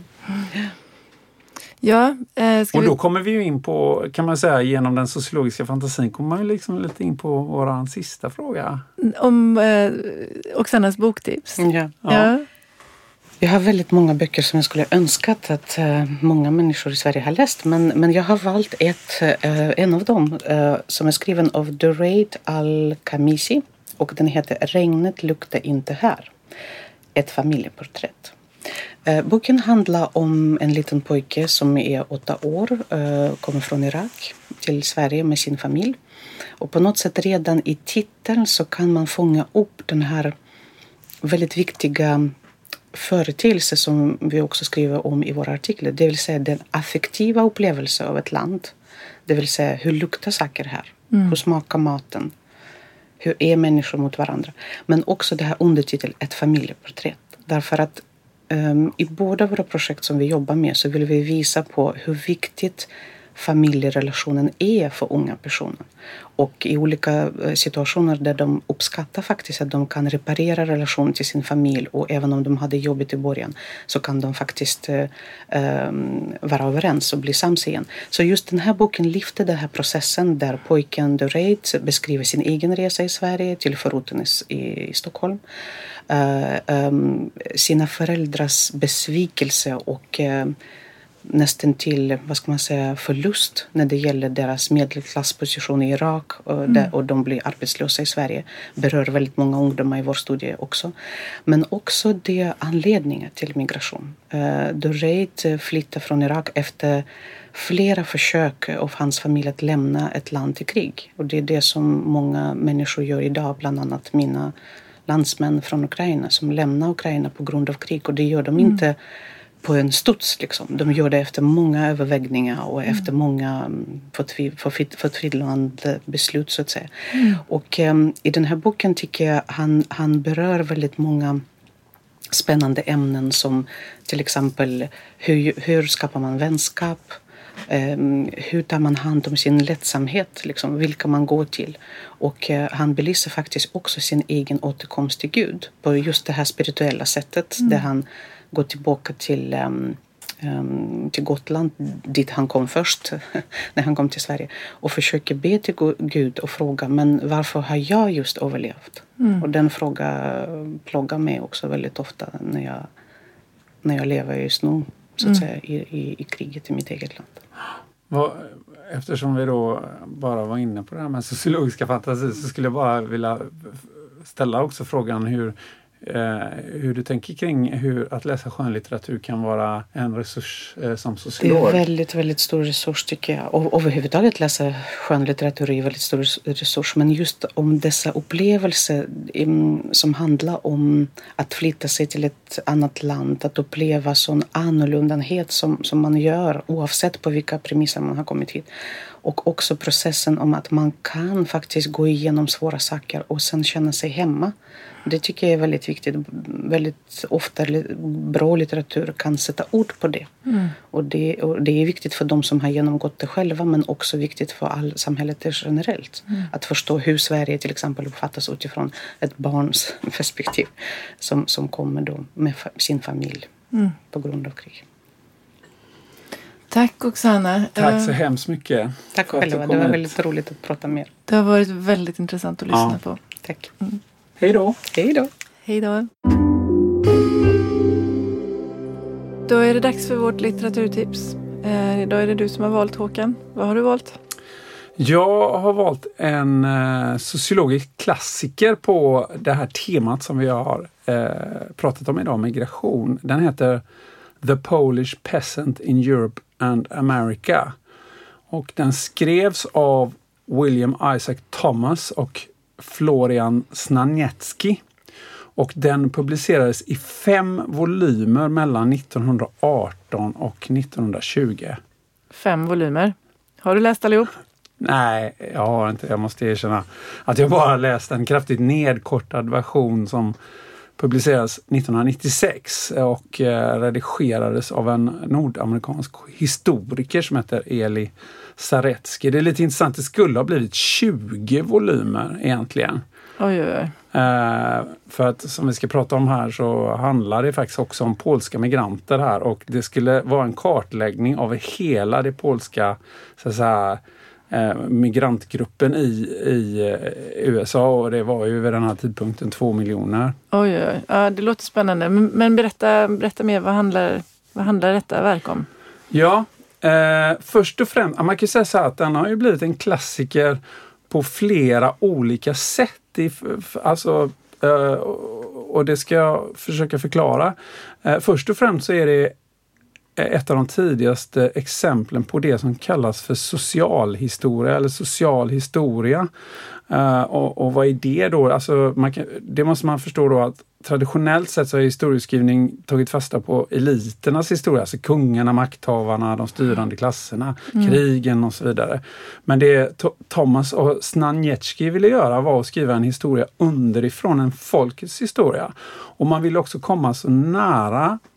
Ja, eh, ska och då vi... kommer vi ju in på, kan man säga, genom den sociologiska fantasin kommer man ju liksom lite in på våran sista fråga. Om eh, Oksanas boktips. Ja. Ja. ja. Jag har väldigt många böcker som jag skulle önskat att uh, många människor i Sverige har läst. Men, men jag har valt ett, uh, en av dem uh, som är skriven av Duraid Al-Khamisi. Och den heter Regnet luktar inte här. Ett familjeporträtt. Uh, boken handlar om en liten pojke som är åtta år. Uh, kommer från Irak till Sverige med sin familj. Och på något sätt redan i titeln så kan man fånga upp den här väldigt viktiga företeelse som vi också skriver om i våra artiklar. Det vill säga den affektiva upplevelsen av ett land. Det vill säga hur luktar saker här? Mm. Hur smakar maten? Hur är människor mot varandra? Men också det här undertitel, ett familjeporträtt. Därför att um, i båda våra projekt som vi jobbar med så vill vi visa på hur viktigt familjerelationen är för unga personer. Och i olika situationer där de uppskattar faktiskt att de kan reparera relationen till sin familj och även om de hade jobbet i början så kan de faktiskt eh, vara överens och bli sams igen. Så just den här boken lyfter den här processen där pojken Doreit beskriver sin egen resa i Sverige till förorten i, i Stockholm. Uh, um, sina föräldrars besvikelse och uh, nästan till, vad ska man säga, förlust när det gäller deras medelklassposition i Irak och, mm. där, och de blir arbetslösa i Sverige berör väldigt många ungdomar i vår studie också. Men också det anledningar till migration. Uh, Doreit flyttar från Irak efter flera försök av hans familj att lämna ett land till krig. Och det är det som många människor gör idag, bland annat mina landsmän från Ukraina som lämnar Ukraina på grund av krig. Och det gör de mm. inte på en studs liksom. De gör det efter många övervägningar och mm. efter många förtvivlande beslut så att säga. Mm. Och um, i den här boken tycker jag han, han berör väldigt många spännande ämnen som till exempel hur, hur skapar man vänskap? Um, hur tar man hand om sin lättsamhet, liksom, vilka man går till. Och uh, han belyser faktiskt också sin egen återkomst till Gud på just det här spirituella sättet mm. där han går tillbaka till, um, um, till Gotland dit han kom först när han kom till Sverige och försöker be till Gud och fråga, men varför har jag just överlevt? Mm. Och den frågan plågar mig också väldigt ofta när jag, när jag lever just nu så att mm. säga, i, i, i kriget i mitt eget land. Eftersom vi då bara var inne på det här med sociologiska fantasi så skulle jag bara vilja ställa också frågan hur, eh, hur du tänker kring hur att läsa skönlitteratur kan vara en resurs eh, som sociolog. Det är en väldigt, väldigt stor resurs tycker jag. Och överhuvudtaget läsa skönlitteratur är en väldigt stor resurs. Men just om dessa upplevelser um, som handlar om att flytta sig till ett annat land, att uppleva sån annorlundanhet som, som man gör oavsett på vilka premisser man har kommit hit. Och också processen om att man kan faktiskt gå igenom svåra saker och sen känna sig hemma. Det tycker jag är väldigt viktigt. Väldigt ofta bra litteratur kan sätta ord på det. Mm. Och det. Och det är viktigt för de som har genomgått det själva men också viktigt för all samhället generellt. Mm. Att förstå hur Sverige till exempel uppfattas utifrån ett barns perspektiv som, som kommer då med sin familj mm. på grund av krig. Tack Oksana. Tack så hemskt mycket. Tack själva, det var väldigt roligt att prata med er. Det har varit väldigt intressant att lyssna ja. på. Tack. Mm. Hej då. Hej då. Hej då. Då är det dags för vårt litteraturtips. Eh, idag är det du som har valt, Håkan. Vad har du valt? Jag har valt en eh, sociologisk klassiker på det här temat som vi har eh, pratat om idag, migration. Den heter The Polish Peasant in Europe and America. Och den skrevs av William Isaac Thomas och Florian Snaniecki. Och den publicerades i fem volymer mellan nittonhundraarton och nittonhundratjugo. Fem volymer. Har du läst allihop? Nej, jag har inte. Jag måste erkänna att jag bara läst en kraftigt nedkortad version som publicerades nittonhundranittiosex och eh, redigerades av en nordamerikansk historiker som heter Eli Saretsky. Det är lite intressant, det skulle ha blivit tjugo volymer egentligen. Oj, oj, oj. Eh, för att som vi ska prata om här så handlar det faktiskt också om polska migranter här och det skulle vara en kartläggning av hela det polska så att säga, eh, migrantgruppen i, i U S A och det var ju vid den här tidpunkten två miljoner. Oj, oj, oj. Ja, det låter spännande. Men, men berätta, berätta mer, vad handlar, vad handlar detta verk om? Ja, eh, först och främst, man kan ju säga så här att den har ju blivit en klassiker på flera olika sätt. I, alltså, eh, och det ska jag försöka förklara. Eh, först och främst så är det ett av de tidigaste exemplen på det som kallas för socialhistoria eller social historia. Uh, och, och vad är det då? Alltså man kan, det måste man förstå då att traditionellt sett så har historieskrivning tagit fasta på eliternas historia, alltså kungarna, makthavarna, de styrande klasserna, mm. krigen och så vidare. Men det to- Thomas och Snaniecki ville göra var att skriva en historia underifrån, en folkets historia. Och man ville också komma så nära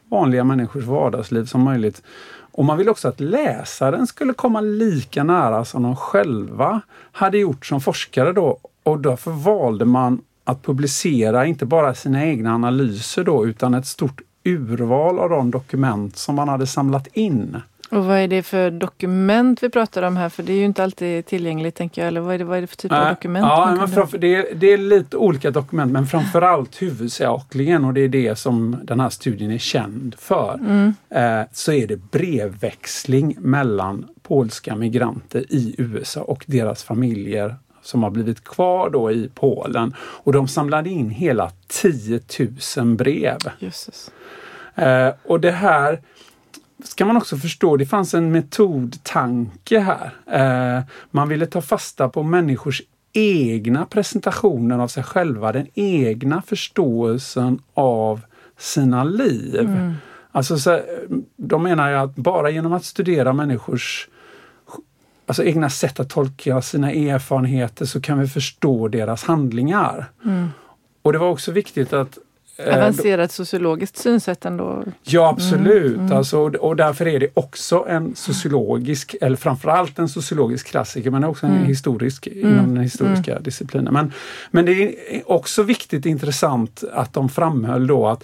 vanliga människors vardagsliv som möjligt. Och man vill också att läsaren skulle komma lika nära som de själva hade gjort som forskare då. Och därför valde man att publicera inte bara sina egna analyser då, utan ett stort urval av de dokument som man hade samlat in. Och vad är det för dokument vi pratar om här? För det är ju inte alltid tillgängligt, tänker jag. Eller vad är det, vad är det för typ äh, av dokument? Ja, men framför, det, är, det är lite olika dokument, men framförallt huvudsakligen, och det är det som den här studien är känd för, mm. eh, så är det brevväxling mellan polska migranter i U S A och deras familjer som har blivit kvar då i Polen. Och de samlade in hela tio tusen brev. Jesus. Eh, och det här ska man också förstå, det fanns en metodtanke här. Eh, man ville ta fasta på människors egna presentationer av sig själva, den egna förståelsen av sina liv. Mm. Alltså så, de menar ju att bara genom att studera människors alltså egna sätt att tolka sina erfarenheter så kan vi förstå deras handlingar. Mm. Och det var också viktigt att avancerat sociologiskt synsätt ändå. Ja, absolut. Mm, mm. Alltså, och därför är det också en sociologisk, eller framförallt en sociologisk klassiker, men också en mm. historisk, inom mm. den historiska mm. disciplinen. Men, men det är också viktigt intressant att de framhöll då att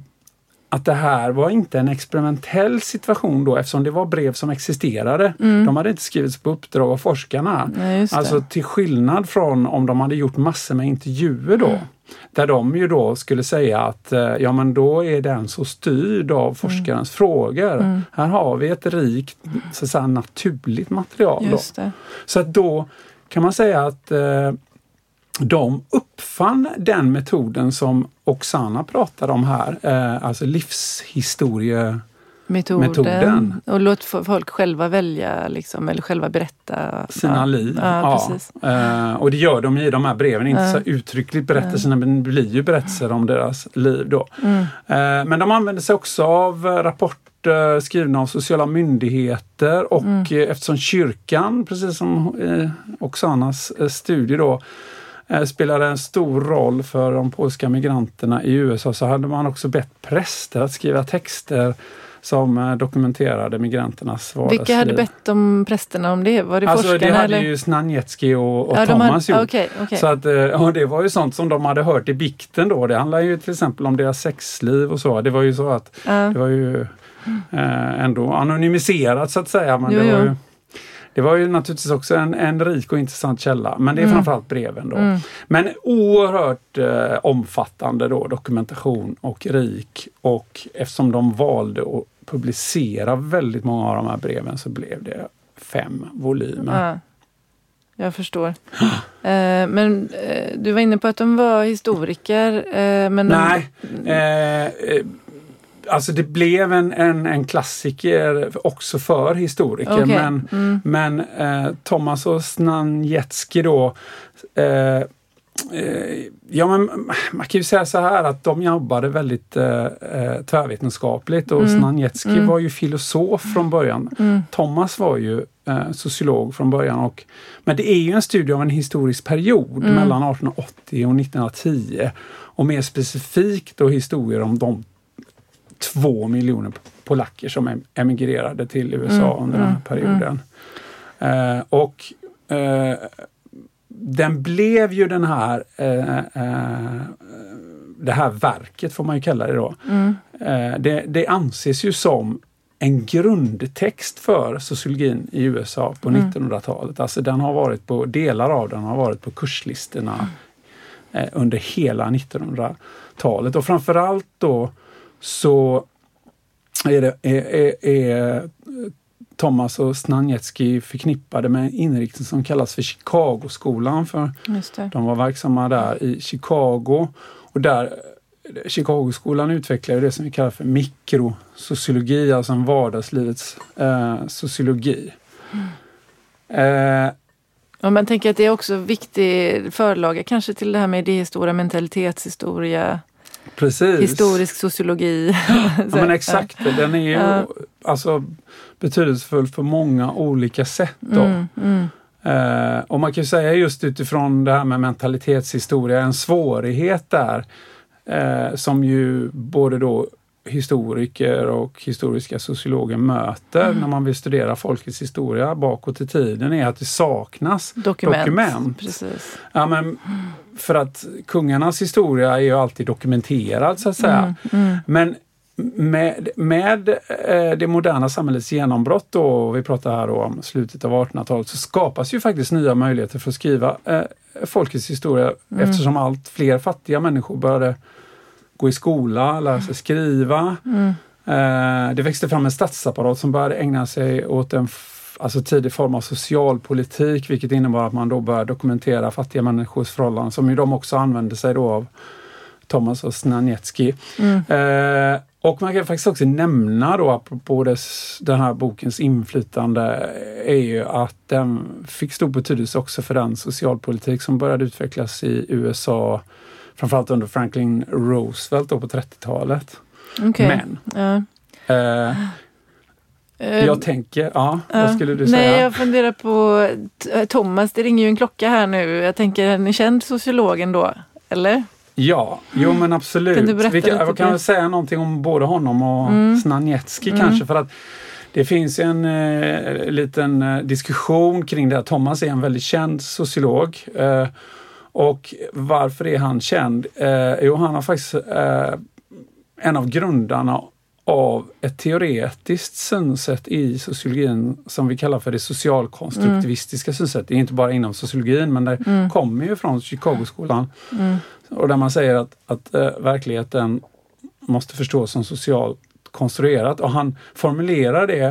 att det här var inte en experimentell situation då, eftersom det var brev som existerade. Mm. De hade inte skrivits på uppdrag av forskarna. Nej, alltså till skillnad från om de hade gjort massor med intervjuer då. Mm. Där de ju då skulle säga att ja, men då är den så styrd av forskarens mm. frågor. Mm. Här har vi ett rikt, så att säga, naturligt material. Just då. Det. Så att då kan man säga att eh, de uppfann den metoden som Oksana pratade om här. Eh, alltså livshistorie Metoden. metoden. Och låt folk själva välja liksom, eller själva berätta sina ja. liv. Ja, ja. Precis. Uh, och det gör de i de här breven. Inte ja. så uttryckligt berättelserna, men det blir ju berättelser om deras liv då. Mm. Uh, men de använder sig också av rapporter skrivna av sociala myndigheter och mm. uh, eftersom kyrkan, precis som uh, Oksanas uh, studie då, spelade en stor roll för de polska migranterna i U S A, så hade man också bett präster att skriva texter som dokumenterade migranternas vardagsliv. Vilka hade bett om prästerna om det? Var det alltså, forskarna? Det hade eller? ju Snaniecki och, och ja, Thomas hade, gjort. okay, okay. Så att, och det var ju sånt som de hade hört i bikten då. Det handlar ju till exempel om deras sexliv och så. Det var ju så att uh. det var ju eh, ändå anonymiserat så att säga. Men jo, det var jo. ju Det var ju naturligtvis också en, en rik och intressant källa. Men det är mm. framförallt breven då. Mm. Men oerhört eh, omfattande då, dokumentation och rik. Och eftersom de valde att publicera väldigt många av de här breven så blev det fem volymer. Ja, jag förstår. eh, men eh, du var inne på att de var historiker. Eh, men Nej, de... eh, Alltså det blev en, en, en klassiker också för historiker. Okay. Men, mm. men eh, Thomas och Snaniecki då, eh, eh, ja men man kan ju säga så här att de jobbade väldigt eh, tvärvetenskapligt och mm. Snaniecki mm. var ju filosof från början. Mm. Thomas var ju eh, sociolog från början. Och, men det är ju en studie av en historisk period mm. mellan arton åttio och nittonhundratio och mer specifikt då historier om de två miljoner polacker som emigrerade till U S A mm, under den här perioden. Mm. Eh, och eh, den blev ju den här eh, eh, det här verket får man ju kalla det då. Mm. Eh, det, det anses ju som en grundtext för sociologin i U S A på mm. nittonhundratalet. Alltså den har varit på, delar av den har varit på kurslistorna mm. eh, under hela nittonhundratalet. Och framförallt då så är, det, är, är, är Thomas och Snaniecki förknippade med en inriktning som kallas för Chicago-skolan. För de var verksamma där i Chicago. Och där Chicago-skolan utvecklade det som vi kallar för mikrosociologi, alltså en vardagslivets eh, sociologi. Mm. Eh, Om man tänker att det är också viktig förlaga kanske till det här med idéhistoria, mentalitetshistoria. Precis. Historisk sociologi. Ja, men exakt. Den är ju ja. alltså, betydelsefull för många olika sätt. Då. Mm, mm. Eh, och man kan ju säga just utifrån det här med mentalitetshistoria, en svårighet där eh, som ju både då historiker och historiska sociologer möter mm. när man vill studera folkets historia bakåt i tiden är att det saknas dokument. dokument. Precis. Ja, men för att kungarnas historia är ju alltid dokumenterad så att säga. Mm. Mm. Men med, med eh, det moderna samhällets genombrott då, och vi pratar här då om slutet av artonhundratalet, så skapas ju faktiskt nya möjligheter för att skriva eh, folkets historia mm. eftersom allt fler fattiga människor började gå i skola, lära sig skriva. Mm. Eh, det växte fram en statsapparat som började ägna sig åt en f- alltså tidig form av socialpolitik, vilket innebar att man då började dokumentera fattiga människors förhållanden, som ju de också använde sig då av Thomas och Snaniecki. Mm. Eh, och man kan faktiskt också nämna då, apropå dess, den här bokens inflytande, är ju att den fick stor betydelse också för den socialpolitik som började utvecklas i U S A, framförallt under Franklin Roosevelt då på trettiotalet. Okay. Men ja. eh, uh, jag tänker, ja, uh, vad skulle du säga? Nej, jag funderar på Thomas, det ringer ju en klocka här nu. Jag tänker, är ni känd sociologen då, eller? Ja, jo men absolut. Kan du berätta Vi kan, jag kan väl säga någonting om både honom och mm. Snaniecki mm. kanske, för att det finns en eh, liten eh, diskussion kring det. Thomas är en väldigt känd sociolog. Eh, och varför är han känd? Eh, jo, han har faktiskt eh, en av grundarna av ett teoretiskt synsätt i sociologin som vi kallar för det socialkonstruktivistiska mm. synsättet. Det är inte bara inom sociologin, men det mm. kommer ju från Chicagoskolan. Mm. Och där man säger att, att äh, verkligheten måste förstås som socialt konstruerat. Och han formulerar det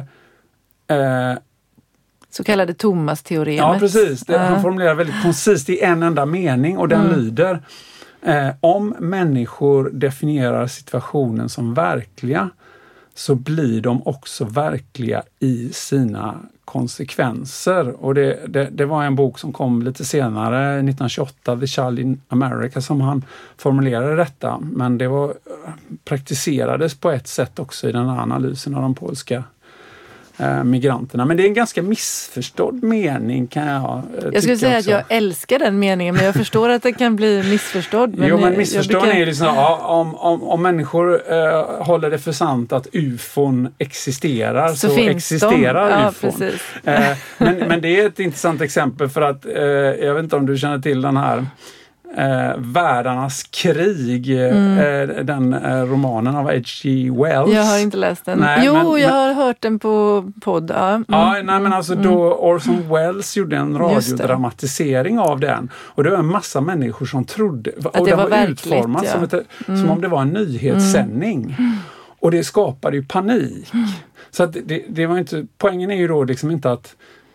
äh, så kallade Thomas-teoremet. Ja, precis. Det, uh. Han formulerar väldigt koncist i en enda mening, och den mm. lyder: eh, om människor definierar situationen som verkliga, så blir de också verkliga i sina konsekvenser. Och det, det, det var en bok som kom lite senare, nittonhundratjugoåtta, The Child in America, som han formulerade detta. Men det var, praktiserades på ett sätt också i den här analysen av de polska eh, migranterna. Men det är en ganska missförstådd mening, kan jag eh, tycka. Jag skulle säga också. att jag älskar den meningen, men jag förstår att det kan bli missförstådd. Men jo, men missförstånd brukar... är ju liksom, ja, om, om, om människor eh, håller det för sant att ufon existerar, så, så existerar ja, ufon. Eh, men, men det är ett intressant exempel, för att eh, jag vet inte om du känner till den här Eh, Världarnas krig, mm. eh, den eh, romanen av H G Wells. Jag har inte läst den. Nej, jo, men, jag men, har hört den på podd. Ja, mm. ja nej, men alltså då Orson Welles gjorde en radiodramatisering av den. Och det var en massa människor som trodde, och det den var, var utformad ja. som, ett, mm. som om det var en nyhetssändning. Mm. Och det skapade ju panik. Mm. Så att det, det var inte, poängen är ju då liksom inte att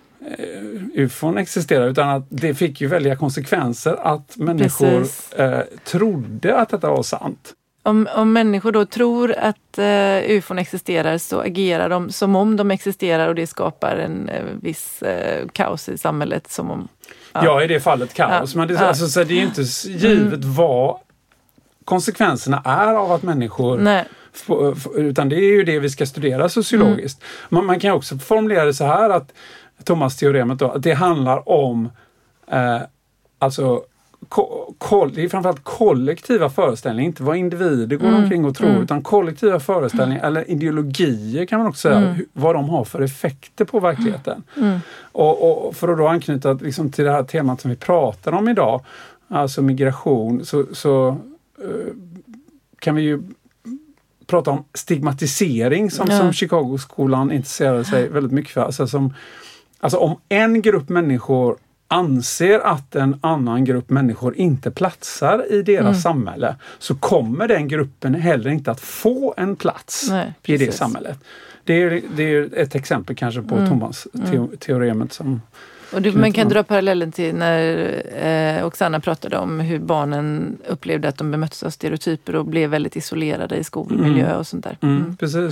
Uh, ufon existerar, utan att det fick ju väldiga konsekvenser att människor uh, trodde att detta var sant. Om, om människor då tror att uh, ufon existerar, så agerar de som om de existerar, och det skapar en uh, viss uh, kaos i samhället. Som om, uh. Ja, i det fallet kaos. Ja. Men det, uh. alltså, så det är inte givet mm. vad konsekvenserna är av att människor... Nej. F- utan det är ju det vi ska studera sociologiskt. Mm. Man, man kan också formulera det så här, att Thomas-teoremet då, att det handlar om eh, alltså ko- ko- det är framförallt kollektiva föreställningar, inte vad individer går mm. omkring och tror, mm. utan kollektiva föreställningar mm. eller ideologier kan man också säga, mm. vad de har för effekter på verkligheten. Mm. Och, och för att då anknyta liksom till det här temat som vi pratar om idag, alltså migration, så, så eh, kan vi ju prata om stigmatisering som, ja. som Chicagoskolan intresserade sig väldigt mycket för. Alltså, som, alltså om en grupp människor anser att en annan grupp människor inte platsar i deras mm. samhälle, så kommer den gruppen heller inte att få en plats Nej, i det samhället. Det är, det är ett exempel kanske på mm. Thomas te- teoremet som... Och det, man kan dra parallellen till när eh, Oksana pratade om hur barnen upplevde att de bemöttes av stereotyper och blev väldigt isolerade i skolmiljö mm. och sånt där. Mm. Mm. Precis.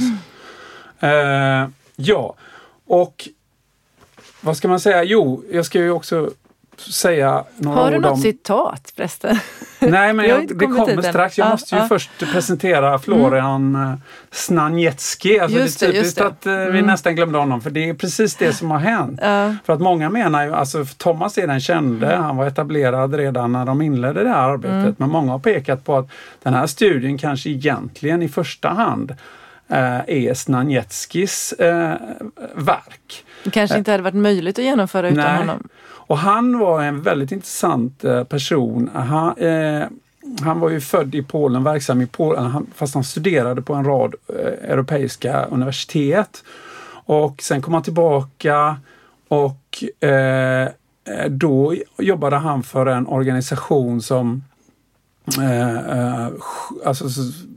Mm. Uh, ja, och vad ska man säga? Jo, jag ska ju också säga några Har du ord något om... citat förresten? Nej, men Jag har jag, inte det kommit kommer dit än. strax. Jag Ja, måste ju ja. först presentera Florian mm. Snaniecki. Alltså Just det är det, just typiskt det. att eh, vi Mm. nästan glömde honom, för det är precis det som har hänt. Ja. För att många menar ju, alltså Thomas är den kände, han var etablerad redan när de inledde det här arbetet. Mm. Men många har pekat på att den här studien kanske egentligen i första hand eh, är Snanieckis eh, verk. Det kanske inte hade varit möjligt att genomföra utan Nej. honom. Och han var en väldigt intressant eh, person. Han, eh, han var ju född i Polen, verksam i Polen, han, fast han studerade på en rad eh, europeiska universitet. Och sen kom han tillbaka och eh, då jobbade han för en organisation som eh, eh, alltså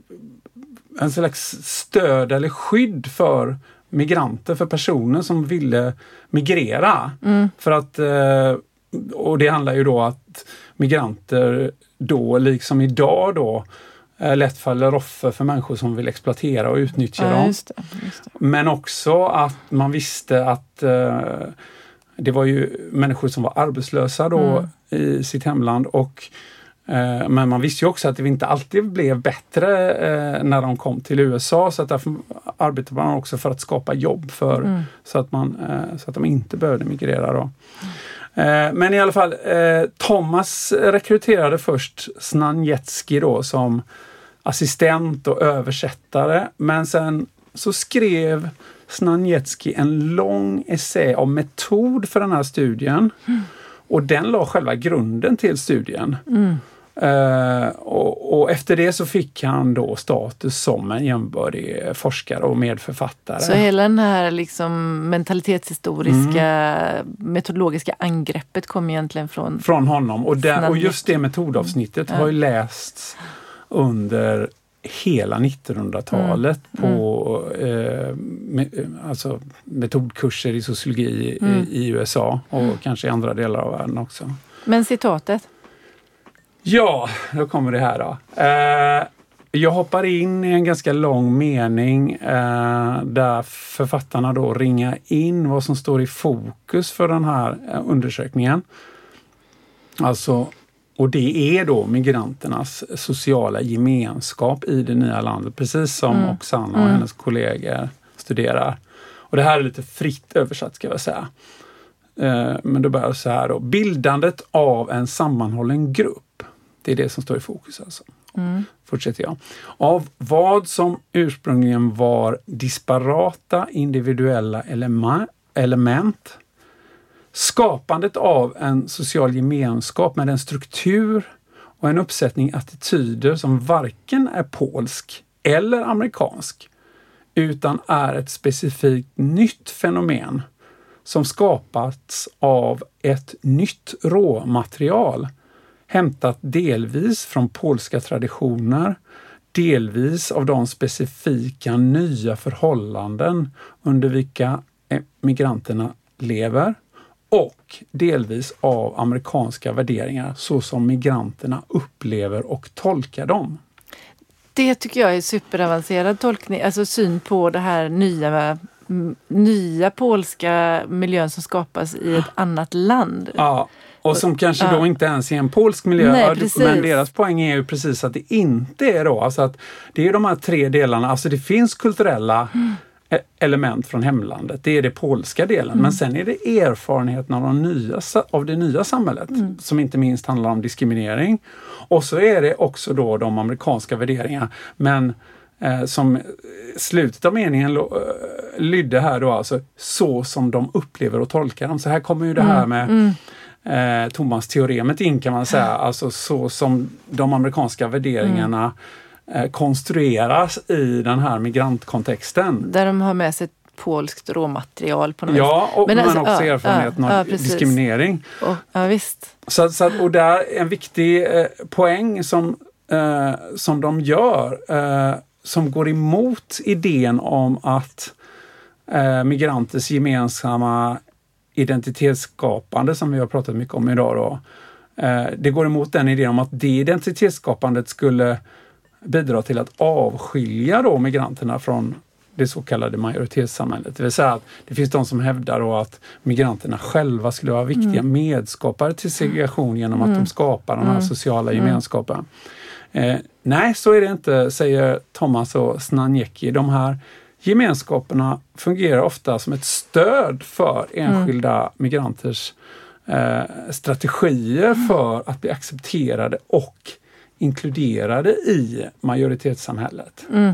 en slags stöd eller skydd för migranter, för personer som ville migrera. Mm. För att, och det handlar ju då att migranter då, liksom idag då, lätt faller offer för människor som vill exploatera och utnyttja ja, dem. Just det, just det. Men också att man visste att det var ju människor som var arbetslösa då mm. i sitt hemland, och men man visste ju också att det inte alltid blev bättre eh, när de kom till U S A, så att därför arbetade man också för att skapa jobb för mm. så att man eh, så att de inte behövde migrera då. Mm. Eh, men i alla fall eh, Thomas rekryterade först Snaniecki då som assistent och översättare, men sen så skrev Snaniecki en lång essä om metod för den här studien. Mm. Och den la själva grunden till studien. Mm. Uh, och, och efter det så fick han då status som en jämbördig forskare och medförfattare. Så hela den här liksom mentalitetshistoriska mm. metodologiska angreppet kom egentligen från... Från honom. Och, där, och just det metodavsnittet mm. har ju lästs under hela nittonhundratalet mm. på eh, me, alltså metodkurser i sociologi mm. i, i U S A och mm. kanske i andra delar av världen också. Men citatet? Ja, då kommer det här då. Eh, jag hoppar in i en ganska lång mening eh, där författarna då ringar in vad som står i fokus för den här eh, undersökningen. Alltså, och det är då migranternas sociala gemenskap i det nya landet, precis som mm. Oksana och mm. hennes kollegor studerar. Och det här är lite fritt översatt, ska jag säga. Eh, men då börjar så här då. Bildandet av en sammanhållen grupp. Det är det som står i fokus alltså. Mm. Fortsätter jag. Av vad som ursprungligen var disparata individuella elema- element. Skapandet av en social gemenskap med en struktur och en uppsättning attityder som varken är polsk eller amerikansk, utan är ett specifikt nytt fenomen som skapats av ett nytt råmaterial, hämtat delvis från polska traditioner, delvis av de specifika nya förhållanden under vilka migranterna lever, och delvis av amerikanska värderingar så som migranterna upplever och tolkar dem. Det tycker jag är superavancerad tolkning, alltså syn på det här nya, nya polska miljön som skapas i ett annat land. Ja, och som kanske ja. då inte ens är en polsk miljö. Nej, men deras poäng är ju precis att det inte är då. Alltså att det är de här tre delarna, alltså det finns kulturella mm. element från hemlandet. Det är det polska delen. Mm. Men sen är det erfarenheten av, de nya, av det nya samhället. Mm. Som inte minst handlar om diskriminering. Och så är det också då de amerikanska värderingarna. Men eh, som slutet av meningen eh, lydde här då alltså så som de upplever och tolkar dem. Så här kommer ju det här med mm. eh, Thomas teoremet in, kan man säga. Alltså så som de amerikanska värderingarna mm. konstrueras i den här migrantkontexten. Där de har med sig ett polskt råmaterial på något ja, och, men, alltså, men också ja, erfarenheten ja, av ja, diskriminering. Och, ja, visst. Så, så att, och där är en viktig eh, poäng som, eh, som de gör eh, som går emot idén om att eh, migranters gemensamma identitetsskapande, som vi har pratat mycket om idag då, eh, det går emot den idén om att det identitetsskapandet skulle bidra till att avskilja då migranterna från det så kallade majoritetssamhället. Det vill säga att det finns de som hävdar då att migranterna själva skulle vara viktiga mm. medskapare till segregation genom att mm. de skapar den här mm. sociala gemenskapen. Eh, nej, så är det inte, säger Thomas och Snaniecki. De här gemenskaperna fungerar ofta som ett stöd för enskilda mm. migranters eh, strategier för att bli accepterade och inkluderade i majoritetssamhället. Mm.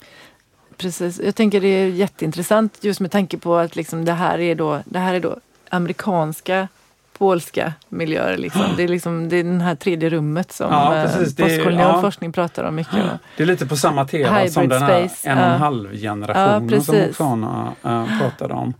Precis, jag tänker det är jätteintressant just med tanke på att liksom det här är då, det här är då amerikanska, polska miljöer. Liksom. Det är liksom det är den här tredje rummet som ja, postkolonial ja. forskning pratar om mycket. Det är lite på samma tema Hybrid som den här space. en och en halv generationen ja, som Oksana äh, pratade om.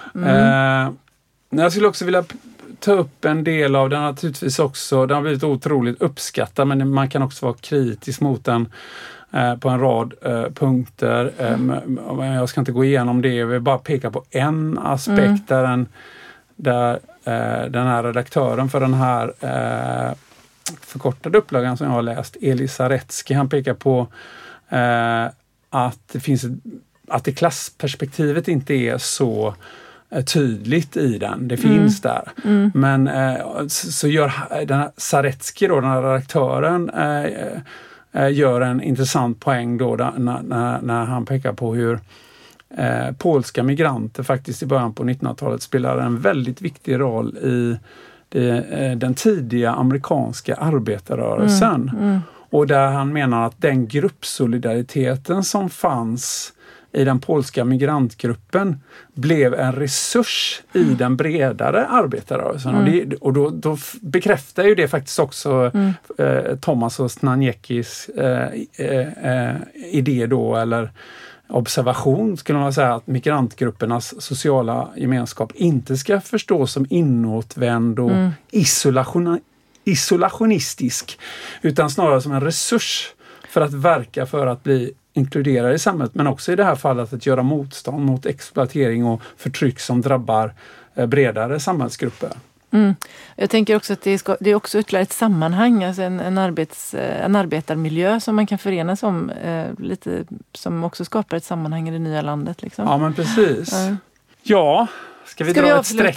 Mm. Eh, jag skulle också vilja ta upp en del av den naturligtvis också. Den har blivit otroligt uppskattad men man kan också vara kritisk mot den eh, på en rad eh, punkter. Eh, jag ska inte gå igenom det. Jag vill bara peka på en aspekt mm. där, en, där eh, den här redaktören för den här eh, förkortade upplagan som jag har läst, Elisa Rätski, han pekar på eh, att det finns ett, att det klassperspektivet inte är så tydligt i den. Det finns mm. där. Mm. Men eh, så, så gör den här Saretsky då, den här redaktören eh, eh, gör en intressant poäng då där, när, när han pekar på hur eh, polska migranter faktiskt i början på nittonhundratalet spelade en väldigt viktig roll i det, eh, den tidiga amerikanska arbetarrörelsen. Mm. Mm. Och där han menar att den gruppsolidariteten som fanns i den polska migrantgruppen blev en resurs i den bredare arbetarrörelsen. Mm. Och, det, och då, då bekräftar ju det faktiskt också mm. eh, Thomas och Snaniekis eh, eh, idé då, eller observation skulle man säga, att migrantgruppernas sociala gemenskap inte ska förstås som inåtvänd och mm. isolation, isolationistisk, utan snarare som en resurs för att verka för att bli inkluderade i samhället, men också i det här fallet att göra motstånd mot exploatering och förtryck som drabbar eh, bredare samhällsgrupper. Mm. Jag tänker också att det är, ska, det är också ytterligare ett sammanhang, alltså en, en, arbets, en arbetarmiljö som man kan förenas om, eh, lite, som också skapar ett sammanhang i det nya landet. Liksom. Ja, men precis. Ja, ja ska vi ska dra vi ett streck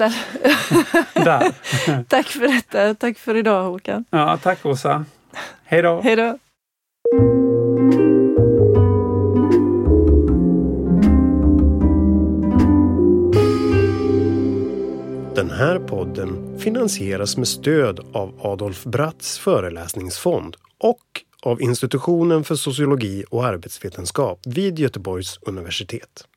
där? Tack för detta. Tack för idag, Håkan. Ja, tack Åsa. Hej då. Hej då. Den här podden finansieras med stöd av Adolf Bratts föreläsningsfond och av Institutionen för sociologi och arbetsvetenskap vid Göteborgs universitet.